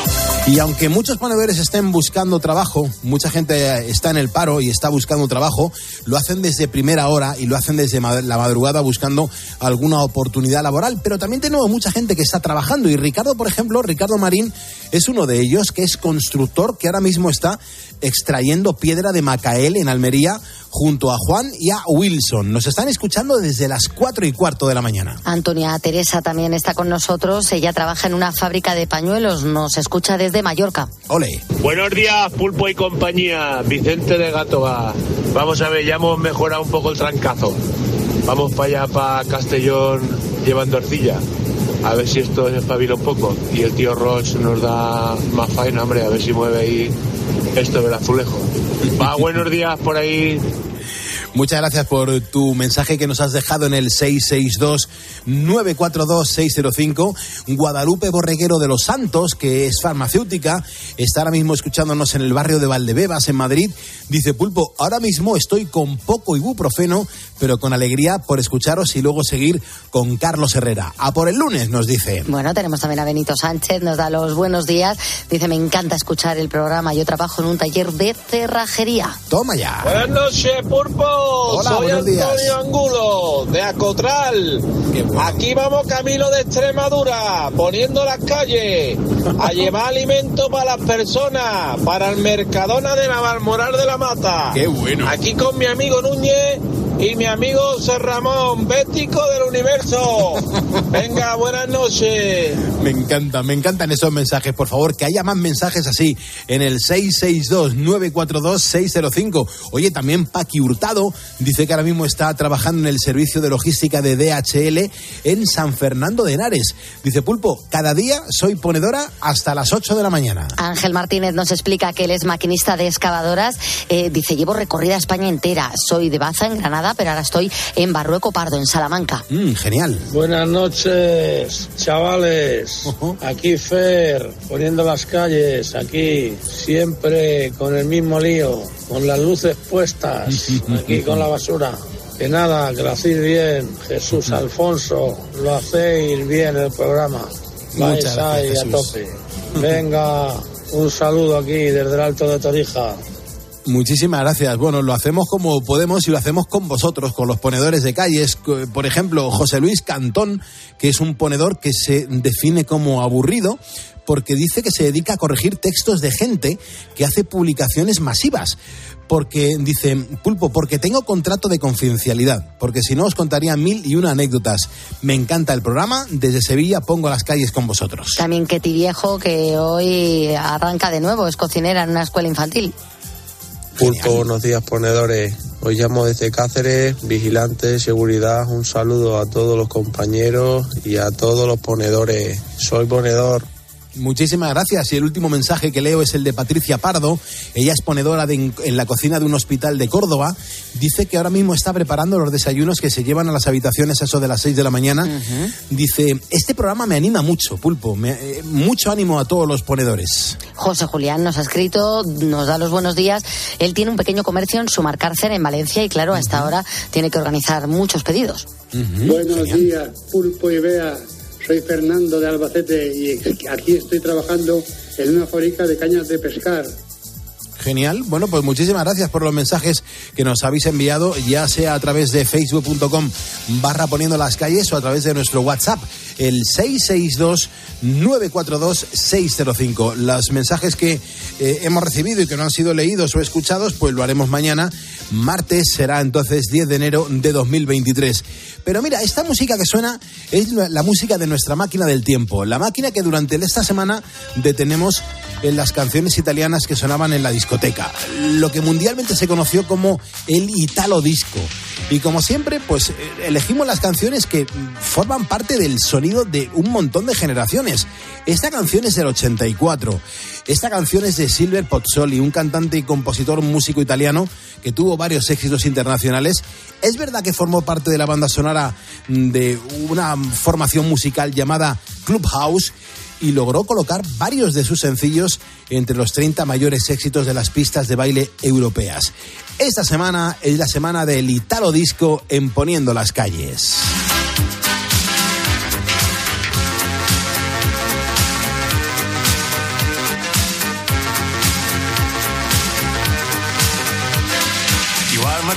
Y aunque muchos ponedores estén buscando trabajo, mucha gente está en el paro y está buscando trabajo, lo hacen desde primera hora y lo hacen desde la madrugada buscando alguna oportunidad laboral. Pero también tenemos mucha gente que está trabajando y Ricardo, por ejemplo, Ricardo Marín es uno de ellos, que es constructor, que ahora mismo está extrayendo piedra de Macael en Almería junto a Juan y a Wilson. Nos están escuchando desde las cuatro y cuarto de la mañana. Antonia Teresa también está con nosotros. Ella trabaja en una fábrica de pañuelos. Nos escucha desde Mallorca. Ole. Buenos días, Pulpo y compañía. Vicente de Gátova. Vamos a ver, ya hemos mejorado un poco el trancazo. Vamos para allá, para Castellón, llevando arcilla. A ver si esto se espabila un poco. Y el tío Roch nos da más faena, hombre. A ver si mueve ahí esto del azulejo. Va, buenos días por ahí. Muchas gracias por tu mensaje que nos has dejado en el seis seis dos, nueve cuatro dos, seis cero cinco. Guadalupe Borreguero de los Santos, que es farmacéutica, está ahora mismo escuchándonos en el barrio de Valdebebas, en Madrid. Dice, Pulpo, ahora mismo estoy con poco ibuprofeno, pero con alegría por escucharos y luego seguir con Carlos Herrera. A por el lunes, nos dice. Bueno, tenemos también a Benito Sánchez, nos da los buenos días. Dice, me encanta escuchar el programa. Yo trabajo en un taller de cerrajería. Toma ya. Buenas noches, Pulpo. Hola, soy buenos días. Antonio Angulo, de Acotral. Bueno. Aquí vamos camino de Extremadura, poniendo las calles, a llevar alimento para las personas, para el Mercadona de Navalmoral de la Mata. Qué bueno. Aquí con mi amigo Núñez y mi amigo José Ramón, bético del universo. Venga, buenas noches. Me encanta, me encantan esos mensajes. Por favor, que haya más mensajes así en el seis seis dos, nueve cuatro dos, seis cero cinco. Oye, también Paqui Hurtado dice que ahora mismo está trabajando en el servicio de logística de D H L en San Fernando de Henares. Dice, Pulpo, cada día soy ponedora hasta las ocho de la mañana. Ángel Martínez nos explica que él es maquinista de excavadoras. Eh, dice, llevo recorrida España entera. Soy de Baza, en Granada, pero ahora estoy en Barrueco Pardo, en Salamanca. Mm, genial. Buenas noches, chavales. Uh-huh. Aquí Fer, poniendo las calles, aquí, siempre con el mismo lío, con las luces puestas, aquí con la basura. Que nada, que lo hacéis bien, Jesús Alfonso, lo hacéis bien el programa. Vais Muchas ahí gracias, a tope. Venga, un saludo aquí desde el Alto de Torija. Muchísimas gracias. Bueno, lo hacemos como podemos y lo hacemos con vosotros, con los ponedores de calles. Por ejemplo, José Luis Cantón, que es un ponedor que se define como aburrido, porque dice que se dedica a corregir textos de gente que hace publicaciones masivas. Porque, dice, Pulpo, porque tengo contrato de confidencialidad, porque si no os contaría mil y una anécdotas. Me encanta el programa, desde Sevilla pongo las calles con vosotros. También Ketty Viejo, que hoy arranca de nuevo, es cocinera en una escuela infantil. Pulpo, buenos días, ponedores. Os llamo desde Cáceres, vigilante, seguridad. Un saludo a todos los compañeros y a todos los ponedores. Soy ponedor. Muchísimas gracias. Y el último mensaje que leo es el de Patricia Pardo. Ella es ponedora de, en la cocina de un hospital de Córdoba. Dice que ahora mismo está preparando los desayunos que se llevan a las habitaciones a eso de las seis de la mañana. Uh-huh. Dice, este programa me anima mucho, Pulpo. Me, eh, mucho ánimo a todos los ponedores. José Julián nos ha escrito, nos da los buenos días. Él tiene un pequeño comercio en Sumarcárcel, en Valencia, y claro, a esta uh-huh. hora tiene que organizar muchos pedidos. Uh-huh. Buenos Genial. días, Pulpo y Bea. Soy Fernando de Albacete y aquí estoy trabajando en una fábrica de cañas de pescar. Genial. Bueno, pues muchísimas gracias por los mensajes que nos habéis enviado, ya sea a través de facebook punto com barra poniendo las calles o a través de nuestro WhatsApp, el seis seis dos, nueve cuatro dos, seis cero cinco. Los mensajes que eh, hemos recibido y que no han sido leídos o escuchados, pues lo haremos mañana. Martes será entonces diez de enero de dos mil veintitrés. Pero mira, esta música que suena es la música de nuestra máquina del tiempo, la máquina que durante esta semana detenemos en las canciones italianas que sonaban en la discoteca, lo que mundialmente se conoció como el Italo Disco. Y como siempre, pues elegimos las canciones que forman parte del sonido de un montón de generaciones. Esta canción es del ochenta y cuatro. Esta canción es de Silver Pozzoli, un cantante y compositor músico italiano que tuvo varios éxitos internacionales. Es verdad que formó parte de la banda sonora de una formación musical llamada Clubhouse y logró colocar varios de sus sencillos entre los treinta mayores éxitos de las pistas de baile europeas. Esta semana es la semana del Italo Disco en Poniendo las Calles.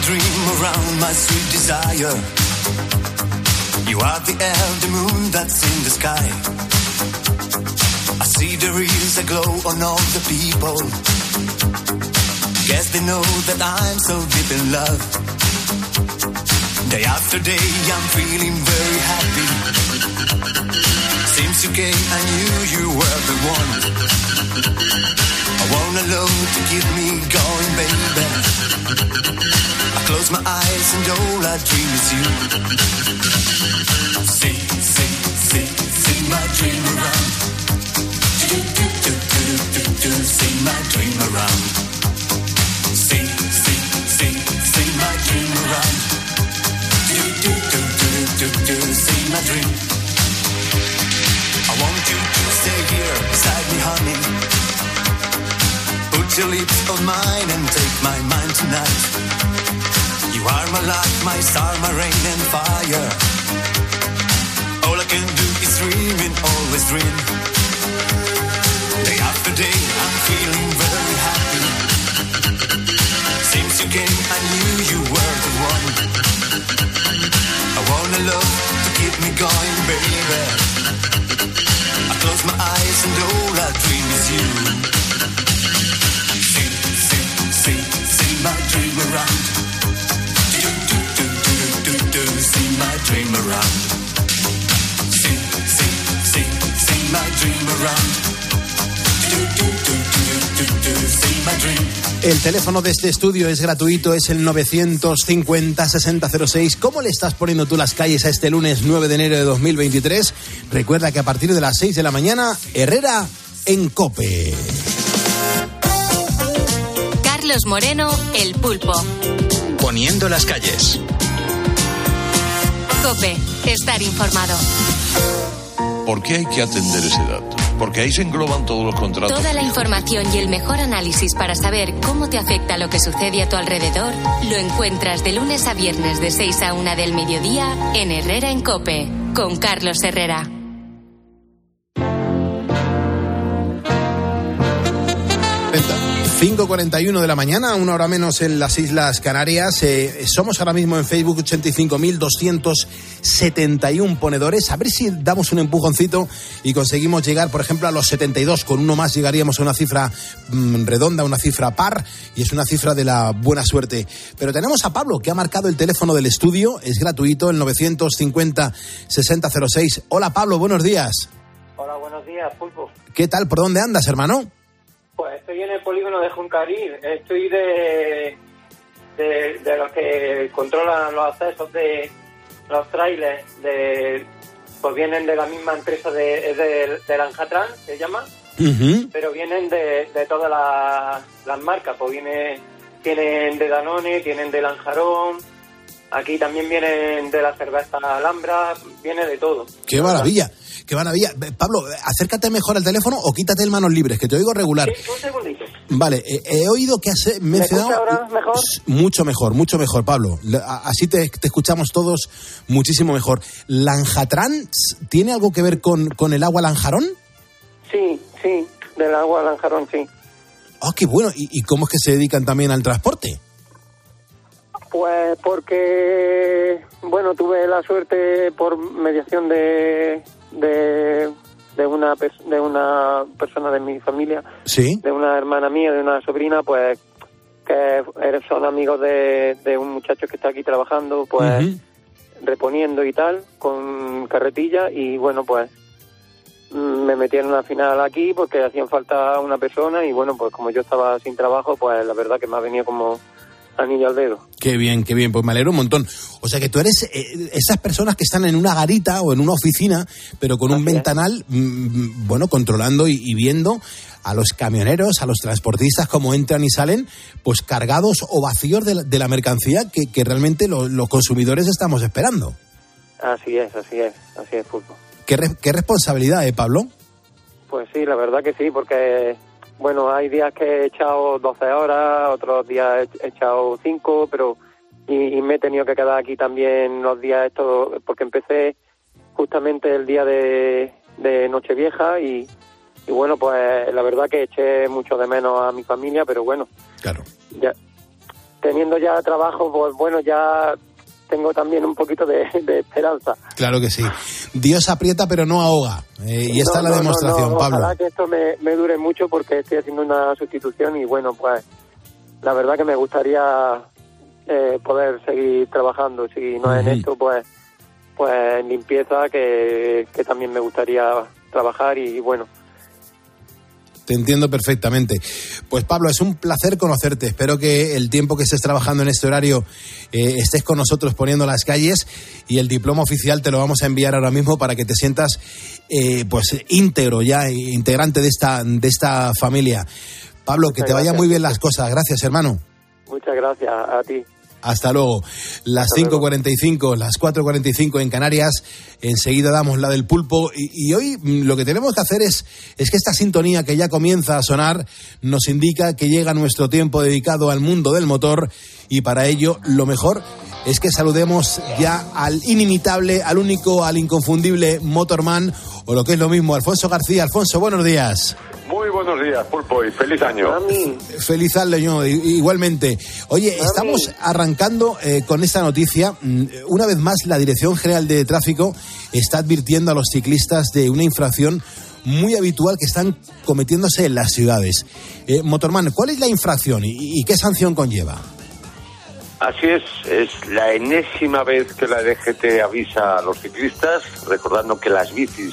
dream around my sweet desire. You are the elder moon that's in the sky. I see there is a glow on all the people. Guess they know that I'm so deep in love. Day after day I'm feeling very happy. Since you came I knew you were the one. I want a love to keep me going, baby. I close my eyes and all I dream is you. See, see, see, see my dream around. Do, do, do, do, do, do, see my dream around. See, see, see, see my dream around. Do, do, do, do, do, do, see my dream. I want you to stay here beside me, honey. Put your lips on mine and take my mind tonight. You are my light, my star, my rain and fire. All I can do is dream and always dream. Day after day I'm feeling very happy. Since you came I knew you were the one. I want a love to keep me going, baby. I close my eyes and all I dream is you. See, see, see, see my dream around. Do, do, do, do, do, do, see my dream around. See, see, see, see my dream around. Do, do, do, do, do, do, see my dream. El teléfono de este estudio es gratuito, es el novecientos cincuenta sesenta cero seis. ¿Cómo le estás poniendo tú las calles a este lunes nueve de enero de dos mil veintitrés? Recuerda que a partir de las seis de la mañana, Herrera en COPE. Carlos Moreno, El Pulpo. Poniendo las calles. COPE, estar informado. ¿Por qué hay que atender ese dato? Porque ahí se engloban todos los contratos. Toda la información y el mejor análisis para saber cómo te afecta lo que sucede a tu alrededor lo encuentras de lunes a viernes de seis a una del mediodía en Herrera en COPE, con Carlos Herrera. cinco cuarenta y uno de la mañana, una hora menos en las Islas Canarias. Eh, somos ahora mismo en Facebook ochenta y cinco mil doscientos setenta y uno ponedores. A ver si damos un empujoncito y conseguimos llegar, por ejemplo, a los setenta y dos. Con uno más llegaríamos a una cifra mmm, redonda, una cifra par, y es una cifra de la buena suerte. Pero tenemos a Pablo, que ha marcado el teléfono del estudio. Es gratuito, el novecientos cincuenta sesenta cero seis. Hola, Pablo, buenos días. Hola, buenos días, Pulpo. ¿Qué tal? ¿Por dónde andas, hermano? Pues estoy en el polígono de Juncarí, estoy de, de, de los que controlan los accesos de los trailers, de, pues vienen de la misma empresa de, de, de Lanjatran, se llama, uh-huh. Pero vienen de, de todas las, las marcas, pues viene, tienen de Danone, tienen de Lanjarón, aquí también vienen de la cerveza Alhambra, viene de todo. ¡Qué maravilla! ¡Qué maravilla! Pablo, acércate mejor al teléfono o quítate el manos libres, que te oigo regular. Sí, un segundito. Vale, eh, he oído que has mencionado... ¿Me escucha ahora mejor? Mucho mejor, mucho mejor, Pablo. Así te, te escuchamos todos muchísimo mejor. ¿Lanjatran tiene algo que ver con, con el agua Lanjarón? Sí, sí, del agua Lanjarón, sí. ¡Ah, oh, qué bueno! ¿Y, ¿Y cómo es que se dedican también al transporte? Pues porque, bueno, tuve la suerte por mediación de... de de una de una persona de mi familia, ¿sí? De una hermana mía, de una sobrina, pues que son amigos de, de un muchacho que está aquí trabajando, pues uh-huh. reponiendo y tal, con carretilla, y bueno, pues me metieron al final aquí porque hacían falta una persona, y bueno, pues como yo estaba sin trabajo, pues la verdad que me ha venido como anillo al dedo. Qué bien, qué bien, pues me alegro un montón. O sea que tú eres eh, esas personas que están en una garita o en una oficina, pero con un Así ventanal, mm, bueno, controlando y, y viendo a los camioneros, a los transportistas cómo entran y salen, pues cargados o vacíos de la, de la mercancía que, que realmente lo, los consumidores estamos esperando. Así es, así es, así es, Pulpo. ¿Qué, re, qué responsabilidad, eh, Pablo? Pues sí, la verdad que sí, porque... Bueno, hay días que he echado doce horas, otros días he echado cinco, pero y, y me he tenido que quedar aquí también los días estos, porque empecé justamente el día de, de Nochevieja y, y bueno, pues la verdad que eché mucho de menos a mi familia, pero bueno, claro, ya teniendo ya trabajo, pues bueno, ya tengo también un poquito de, de esperanza. Claro que sí. Dios aprieta pero no ahoga. Eh, y esta no, es la no, demostración, no, no. Pablo. Ojalá que esto me, me dure mucho porque estoy haciendo una sustitución y bueno, pues la verdad que me gustaría eh, poder seguir trabajando. Si no es uh-huh. en esto, pues pues en limpieza, que, que también me gustaría trabajar y bueno. Te entiendo perfectamente. Pues Pablo, es un placer conocerte. Espero que el tiempo que estés trabajando en este horario eh, estés con nosotros poniendo las calles, y el diploma oficial te lo vamos a enviar ahora mismo para que te sientas eh, pues íntegro ya, integrante de esta, de esta familia. Pablo, que te vayan muy bien las cosas. Gracias, hermano. Muchas gracias a ti. Hasta luego. Las cinco cuarenta y cinco, las cuatro cuarenta y cinco en Canarias. Enseguida damos la del pulpo. Y, y hoy lo que tenemos que hacer es, es que esta sintonía que ya comienza a sonar nos indica que llega nuestro tiempo dedicado al mundo del motor. Y para ello, lo mejor es que saludemos ya al inimitable, al único, al inconfundible Motorman, o lo que es lo mismo, Alfonso García. Alfonso, buenos días. Muy buenos días, Pulpo, y feliz año. Mami. Feliz año, igualmente. Oye, Mami. Estamos arrancando eh, con esta noticia. Una vez más, la Dirección General de Tráfico está advirtiendo a los ciclistas de una infracción muy habitual que están cometiéndose en las ciudades. Eh, Motorman, ¿cuál es la infracción y, y qué sanción conlleva? Así es, es la enésima vez que la D G T avisa a los ciclistas, recordando que las bicis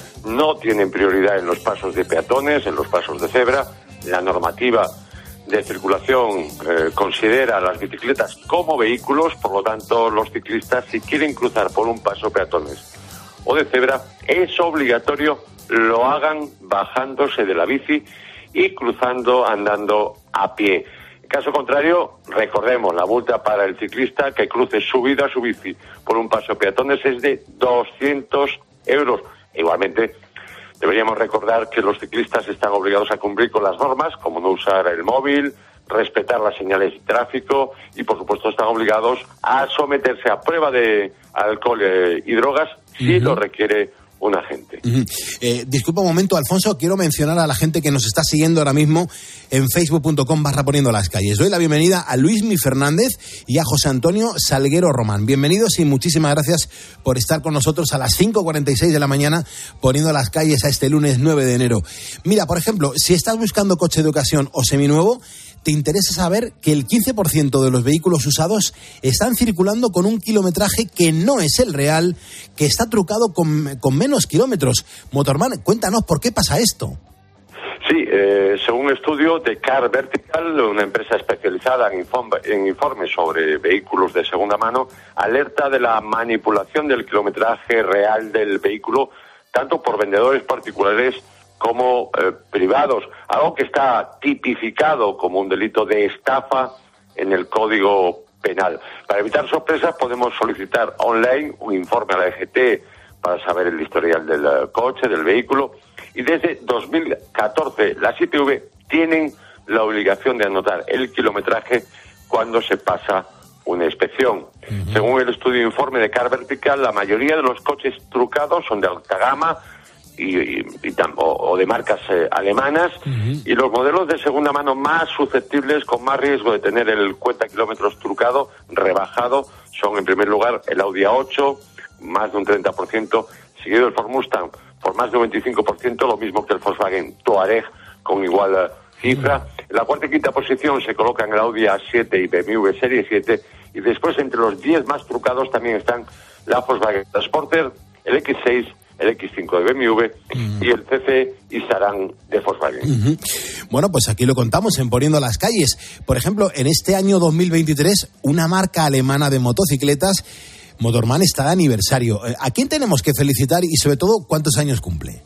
no tienen prioridad en los pasos de peatones, en los pasos de cebra. La normativa de circulación eh, considera a las bicicletas como vehículos, por lo tanto los ciclistas, si quieren cruzar por un paso peatones o de cebra, es obligatorio lo hagan bajándose de la bici y cruzando andando a pie. En caso contrario, recordemos, la multa para el ciclista que cruce subido a su bici por un paso peatones es de doscientos euros. Igualmente, deberíamos recordar que los ciclistas están obligados a cumplir con las normas, como no usar el móvil, respetar las señales de tráfico y, por supuesto, están obligados a someterse a prueba de alcohol eh, y drogas si uh-huh. lo requiere un agente. Uh-huh. Eh, disculpa un momento, Alfonso, quiero mencionar a la gente que nos está siguiendo ahora mismo en facebook punto com barra poniendo las calles. Doy la bienvenida a Luismi Fernández y a José Antonio Salguero Román. Bienvenidos y muchísimas gracias por estar con nosotros a las cinco cuarenta y seis de la mañana poniendo las calles a este lunes nueve de enero. Mira, por ejemplo, si estás buscando coche de ocasión o seminuevo, te interesa saber que el quince por ciento de los vehículos usados están circulando con un kilometraje que no es el real, que está trucado con, con menos kilómetros. Motorman, cuéntanos por qué pasa esto. Sí, eh, según un estudio de Car Vertical, una empresa especializada en, inform- en informes sobre vehículos de segunda mano, alerta de la manipulación del kilometraje real del vehículo, tanto por vendedores particulares como eh, privados, algo que está tipificado como un delito de estafa en el Código Penal. Para evitar sorpresas podemos solicitar online un informe a la D G T para saber el historial del uh, coche, del vehículo, y desde dos mil catorce las I P V tienen la obligación de anotar el kilometraje cuando se pasa una inspección. Uh-huh. Según el estudio informe de Car Vertical, la mayoría de los coches trucados son de alta gama y, y, y o, o de marcas eh, alemanas, uh-huh. y los modelos de segunda mano más susceptibles, con más riesgo de tener el cuenta kilómetros trucado, rebajado, son en primer lugar el Audi A ocho, más de un treinta por ciento, seguido el Ford Mustang por más de un veinticinco por ciento, lo mismo que el Volkswagen Touareg con igual uh, cifra. Uh-huh. En la cuarta y quinta posición se colocan el Audi A siete y B M W Serie siete, y después entre los diez más trucados también están la Volkswagen Transporter, el X seis, el X cinco de B M W uh-huh. y el C C y Sarán de Volkswagen. Uh-huh. Bueno, pues aquí lo contamos en Poniendo las Calles. Por ejemplo, en este año dos mil veintitrés, una marca alemana de motocicletas, Motorman, está de aniversario. ¿A quién tenemos que felicitar y, sobre todo, cuántos años cumple?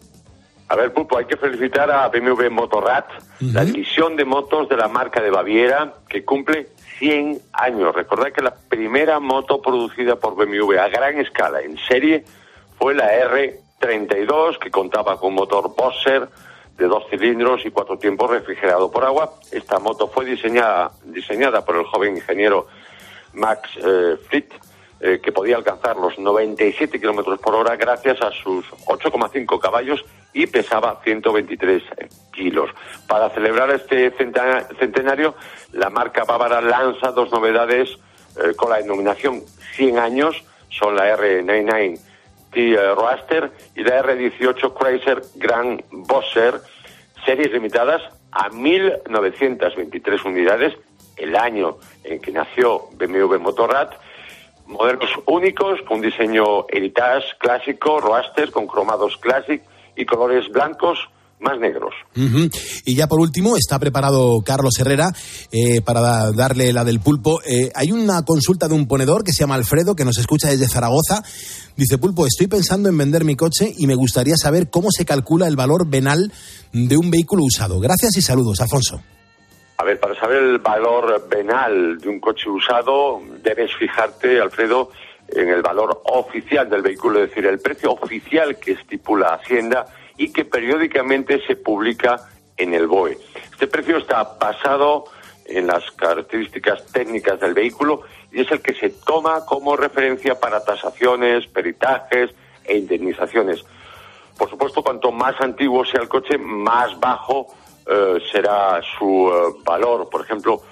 A ver, Pulpo, hay que felicitar a B M W Motorrad, uh-huh. la división de motos de la marca de Baviera, que cumple cien años. Recordad que la primera moto producida por B M W a gran escala, en serie, fue la R treinta y dos, que contaba con motor Boxer de dos cilindros y cuatro tiempos refrigerado por agua. Esta moto fue diseñada, diseñada por el joven ingeniero Max eh, Flitt, eh, que podía alcanzar los noventa y siete kilómetros por hora gracias a sus ocho coma cinco caballos y pesaba ciento veintitrés kilos. Para celebrar este centenario, la marca bávara lanza dos novedades eh, con la denominación cien años, son la R noventa y nueve T Roadster y la R dieciocho Chrysler Grand Boxer, series limitadas a mil novecientas veintitrés unidades, el año en que nació B M W Motorrad, modelos únicos con un diseño Heritage clásico, Roadster con cromados Classic y colores blancos más negros. Uh-huh. Y ya por último, está preparado Carlos Herrera eh, para da, darle la del pulpo. Eh, hay una consulta de un ponedor que se llama Alfredo, que nos escucha desde Zaragoza. Dice: Pulpo, estoy pensando en vender mi coche y me gustaría saber cómo se calcula el valor venal de un vehículo usado. Gracias y saludos, Alfonso. A ver, para saber el valor venal de un coche usado, debes fijarte, Alfredo, en el valor oficial del vehículo, es decir, el precio oficial que estipula Hacienda y que periódicamente se publica en el B O E. Este precio está basado en las características técnicas del vehículo y es el que se toma como referencia para tasaciones, peritajes e indemnizaciones. Por supuesto, cuanto más antiguo sea el coche, más bajo eh, será su eh, valor. Por ejemplo,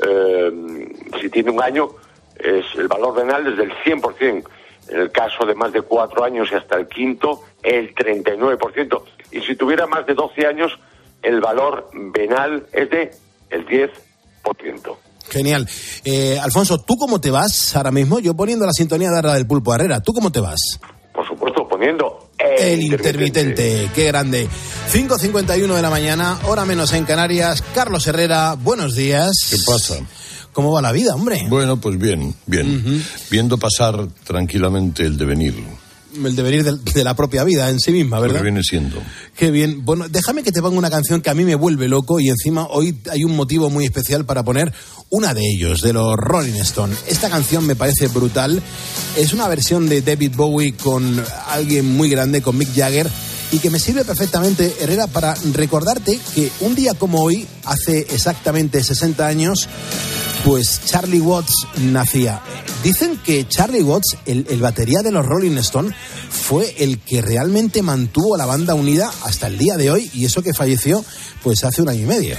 eh, si tiene un año, es el valor venal desde el cien por ciento. En el caso de más de cuatro años y hasta el quinto, el treinta y nueve por ciento. Y si tuviera más de doce años, el valor venal es de el diez por ciento. Genial. Eh, Alfonso, ¿tú cómo te vas ahora mismo? Yo poniendo la sintonía de la del Pulpo Herrera. ¿Tú cómo te vas? Por supuesto, poniendo el, el intermitente. intermitente. Qué grande. cinco cincuenta y uno de la mañana, hora menos en Canarias. Carlos Herrera, buenos días. ¿Qué pasa? ¿Cómo va la vida, hombre? Bueno, pues bien, bien. Uh-huh. Viendo pasar tranquilamente el devenir. El devenir de, de la propia vida en sí misma, ¿verdad? Lo que viene siendo. Qué bien. Bueno, déjame que te ponga una canción que a mí me vuelve loco y encima hoy hay un motivo muy especial para poner una de ellos, de los Rolling Stones. Esta canción me parece brutal. Es una versión de David Bowie con alguien muy grande, con Mick Jagger, y que me sirve perfectamente, Herrera, para recordarte que un día como hoy, hace exactamente sesenta años, pues Charlie Watts nacía. Dicen que Charlie Watts, el, el batería de los Rolling Stones, fue el que realmente mantuvo a la banda unida hasta el día de hoy, y eso que falleció pues hace un año y medio.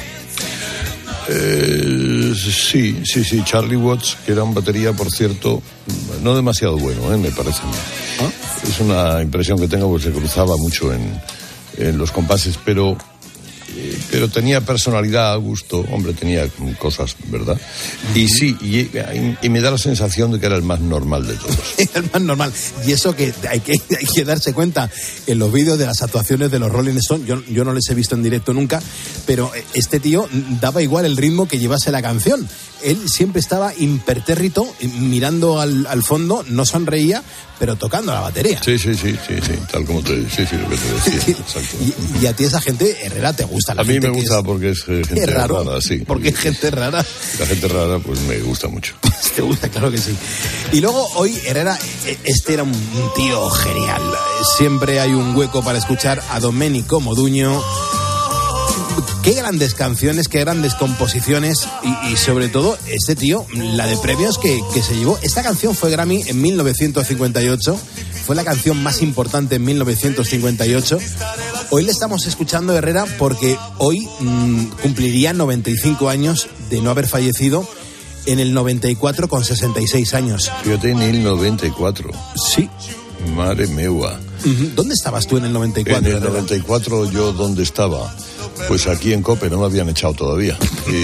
Eh, sí, sí, sí, Charlie Watts, que era un batería, por cierto, no demasiado bueno, eh, me parece. ¿Ah? Es una impresión que tengo, porque se cruzaba mucho en, en los compases, pero... pero tenía personalidad, gusto, hombre, tenía cosas, ¿verdad? Y sí, y, y me da la sensación de que era el más normal de todos. El más normal. Y eso que hay que, hay que darse cuenta en los vídeos de las actuaciones de los Rolling Stones. Yo, yo no les he visto en directo nunca, pero este tío daba igual el ritmo que llevase la canción. Él siempre estaba impertérrito, mirando al, al fondo, no sonreía, pero tocando la batería. Sí, sí, sí, sí, sí, tal como te, sí, sí, lo que te decía. Exacto. Y, y a ti esa gente, Herrera, ¿te gusta? La a mí gente me gusta es, porque es gente es raro, rara, sí. Porque es gente rara. La gente rara, pues me gusta mucho. Te gusta, claro que sí. Y luego hoy, Herrera, este era un tío genial. Siempre hay un hueco para escuchar a Domenico Modugno. Qué grandes canciones, qué grandes composiciones y, y sobre todo este tío, la de premios que, que se llevó. Esta canción fue Grammy en mil novecientos cincuenta y ocho, fue la canción más importante en mil novecientos cincuenta y ocho. Hoy le estamos escuchando, Herrera, porque hoy mmm, cumpliría noventa y cinco años de no haber fallecido en el noventa y cuatro con sesenta y seis años. Fíjate, en el noventa y cuatro. Sí. Madre meua. ¿Dónde estabas tú en el noventa y cuatro? En el noventa y cuatro yo, ¿dónde estaba? Pues aquí en COPE, no me habían echado todavía.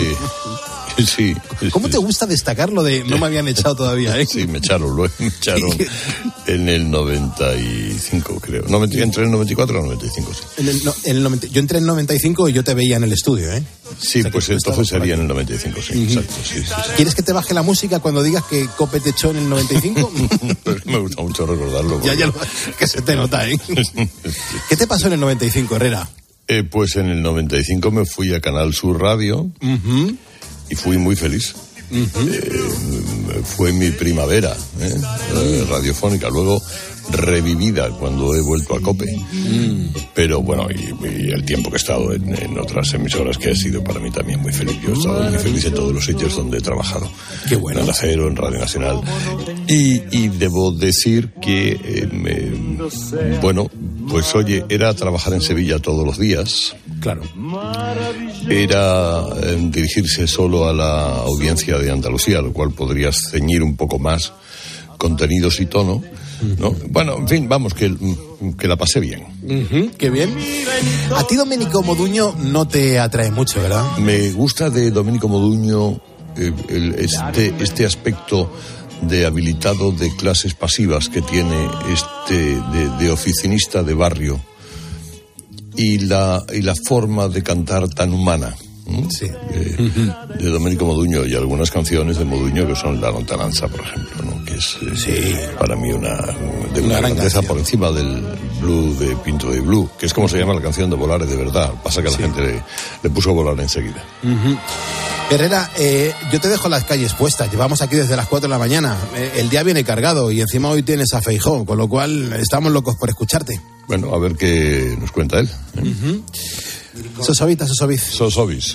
Y, sí. ¿Cómo te gusta destacar lo de no me habían echado todavía? ¿eh? Sí, me echaron, lo me echaron en el noventa y cinco, creo. No, entre el noventa y cuatro y el noventa y cinco, sí. En el, no, en el noventa, yo entré en el noventa y cinco y yo te veía en el estudio, ¿eh? Sí, o sea, pues entonces sería en el noventa y cinco, sí, uh-huh. Exacto. Sí, sí, sí. ¿Quieres que te baje la música cuando digas que COPE te echó en el noventa y cinco? Pues me gusta mucho recordarlo. Porque... Ya, ya, lo, que se te nota, ¿eh? ¿Qué te pasó en el noventa y cinco, Herrera? Eh, pues en el noventa y cinco me fui a Canal Sur Radio uh-huh. y fui muy feliz. Uh-huh. Eh, fue mi primavera eh, uh-huh. radiofónica. Luego revivida cuando he vuelto a COPE. Mm. Pero bueno, y, y el tiempo que he estado en, en otras emisoras, que ha sido para mí también muy feliz. Yo he estado muy feliz en todos los sitios donde he trabajado. Qué bueno. En Onda Cero, en Radio Nacional. Y, y debo decir que, eh, me, bueno, pues oye, era trabajar en Sevilla todos los días. Claro. Era eh, dirigirse solo a la audiencia de Andalucía, lo cual podrías ceñir un poco más contenidos y tono, ¿no? Bueno, en fin, vamos, que, que la pasé bien. Uh-huh, qué bien. A ti Domenico Moduño no te atrae mucho, ¿verdad? Me gusta de Domenico Moduño eh, el, este, este aspecto de habilitado de clases pasivas que tiene este de, de oficinista de barrio y la, y la forma de cantar tan humana. Sí. Eh, uh-huh. De Domenico Moduño, y algunas canciones de Moduño que son La lontananza, por ejemplo, ¿no? Que es eh, sí. para mí una de una, una grandeza por encima del Blue de Pinto de Blue, que es como se llama la canción de Volare de verdad. Pasa que sí. La gente le, le puso Volar enseguida. Uh-huh. Herrera, eh, yo te dejo las calles puestas. Llevamos aquí desde las cuatro de la mañana. Eh, el día viene cargado y encima hoy tienes a Feijóo, con lo cual estamos locos por escucharte. Bueno, a ver qué nos cuenta él. ¿eh? Uh-huh. Sosovita, Sosoviz. Sosovis.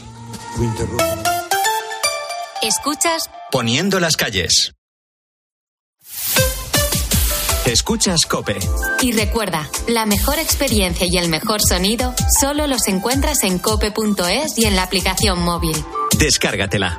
Escuchas Poniendo las calles. Escuchas COPE. Y recuerda, la mejor experiencia y el mejor sonido solo los encuentras en cope punto es y en la aplicación móvil. Descárgatela.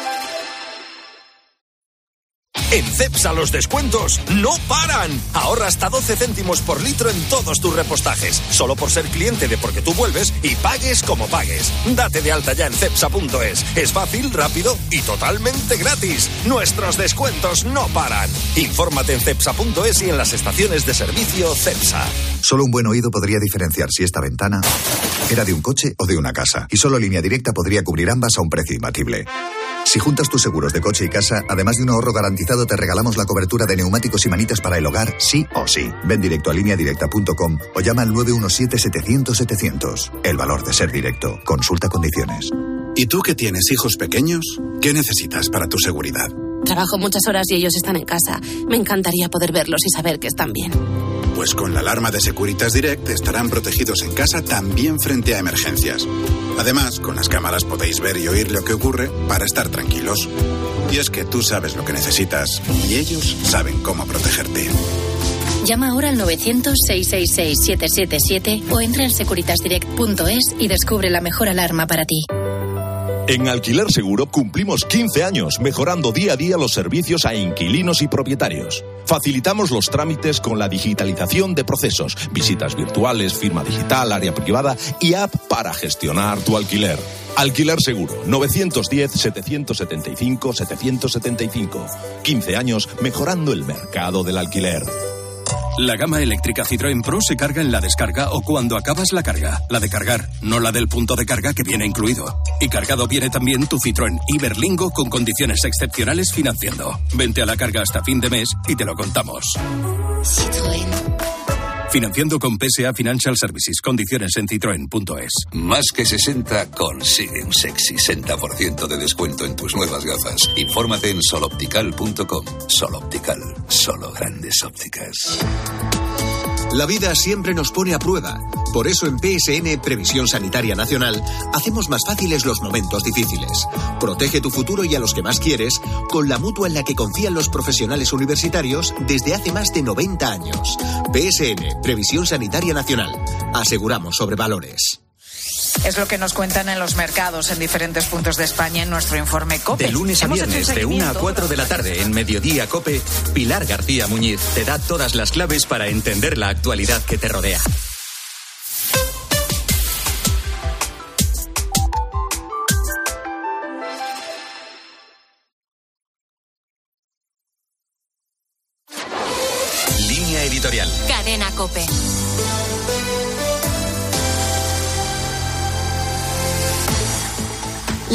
En Cepsa los descuentos no paran. Ahorra hasta doce céntimos por litro en todos tus repostajes. Solo por ser cliente de Porque Tú Vuelves y pagues como pagues. Date de alta ya en cepsa punto es. Es fácil, rápido y totalmente gratis. Nuestros descuentos no paran. Infórmate en cepsa punto es y en las estaciones de servicio Cepsa. Solo un buen oído podría diferenciar si esta ventana era de un coche o de una casa. Y solo Línea Directa podría cubrir ambas a un precio imbatible. Si juntas tus seguros de coche y casa, además de un ahorro garantizado, te regalamos la cobertura de neumáticos y manitas para el hogar, sí o sí. Ven directo a línea directa punto com o llama al nueve uno siete, setecientos, setecientos. El valor de ser directo. Consulta condiciones. ¿Y tú que tienes hijos pequeños? ¿Qué necesitas para tu seguridad? Trabajo muchas horas y ellos están en casa. Me encantaría poder verlos y saber que están bien. Pues con la alarma de Securitas Direct estarán protegidos en casa también frente a emergencias. Además, con las cámaras podéis ver y oír lo que ocurre para estar tranquilos. Y es que tú sabes lo que necesitas y ellos saben cómo protegerte. Llama ahora al novecientos, seiscientos sesenta y seis, setecientos setenta y siete o entra en securitas direct punto es y descubre la mejor alarma para ti. En Alquiler Seguro cumplimos quince años mejorando día a día los servicios a inquilinos y propietarios. Facilitamos los trámites con la digitalización de procesos, visitas virtuales, firma digital, área privada y app para gestionar tu alquiler. Alquiler Seguro, novecientos diez, setecientos setenta y cinco, setecientos setenta y cinco. quince años mejorando el mercado del alquiler. La gama eléctrica Citroën Pro se carga en la descarga o cuando acabas la carga. La de cargar, no la del punto de carga que viene incluido. Y cargado viene también tu Citroën Iberlingo con condiciones excepcionales financiando. Vente a la carga hasta fin de mes y te lo contamos. Citroën. Financiando con P S A Financial Services. Condiciones en citroen punto es. Más que sesenta consigue un sexy sesenta por ciento de descuento en tus nuevas gafas. Infórmate en soloptical punto com. Soloptical. Solo grandes ópticas. La vida siempre nos pone a prueba. Por eso en P S N, Previsión Sanitaria Nacional, hacemos más fáciles los momentos difíciles. Protege tu futuro y a los que más quieres con la mutua en la que confían los profesionales universitarios desde hace más de noventa años. P S N, Previsión Sanitaria Nacional. Aseguramos sobre valores. Es lo que nos cuentan en los mercados en diferentes puntos de España en nuestro informe COPE. De lunes a viernes, de una a cuatro de la tarde, en Mediodía COPE, Pilar García Muñiz te da todas las claves para entender la actualidad que te rodea. Línea editorial. Cadena COPE.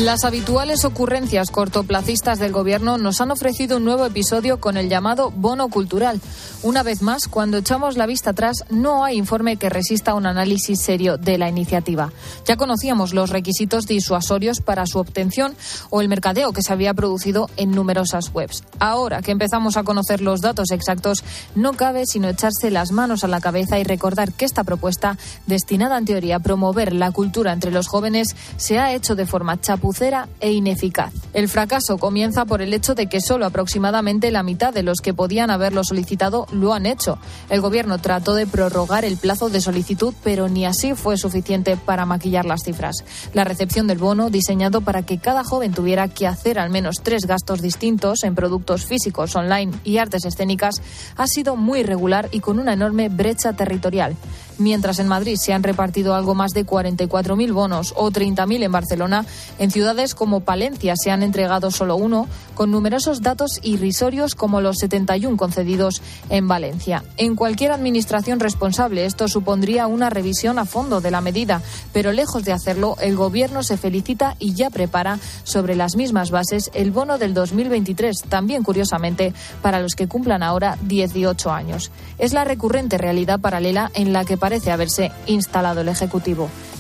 Las habituales ocurrencias cortoplacistas del Gobierno nos han ofrecido un nuevo episodio con el llamado bono cultural. Una vez más, cuando echamos la vista atrás, no hay informe que resista un análisis serio de la iniciativa. Ya conocíamos los requisitos disuasorios para su obtención o el mercadeo que se había producido en numerosas webs. Ahora que empezamos a conocer los datos exactos, no cabe sino echarse las manos a la cabeza y recordar que esta propuesta, destinada en teoría a promover la cultura entre los jóvenes, se ha hecho de forma chapucera e ineficaz. El fracaso comienza por el hecho de que solo aproximadamente la mitad de los que podían haberlo solicitado lo han hecho. El Gobierno trató de prorrogar el plazo de solicitud, pero ni así fue suficiente para maquillar las cifras. La recepción del bono, diseñado para que cada joven tuviera que hacer al menos tres gastos distintos en productos físicos, online y artes escénicas, ha sido muy irregular y con una enorme brecha territorial. Mientras en Madrid se han repartido algo más de cuarenta y cuatro mil bonos o treinta mil en Barcelona, en ciudades como Palencia se han entregado solo uno, con numerosos datos irrisorios como los setenta y uno concedidos en Valencia. En cualquier administración responsable esto supondría una revisión a fondo de la medida, pero lejos de hacerlo, el Gobierno se felicita y ya prepara sobre las mismas bases el bono del dos mil veintitrés, también curiosamente para los que cumplan ahora dieciocho años. Es la recurrente realidad paralela en la que parece haberse instalado el Ejecutivo.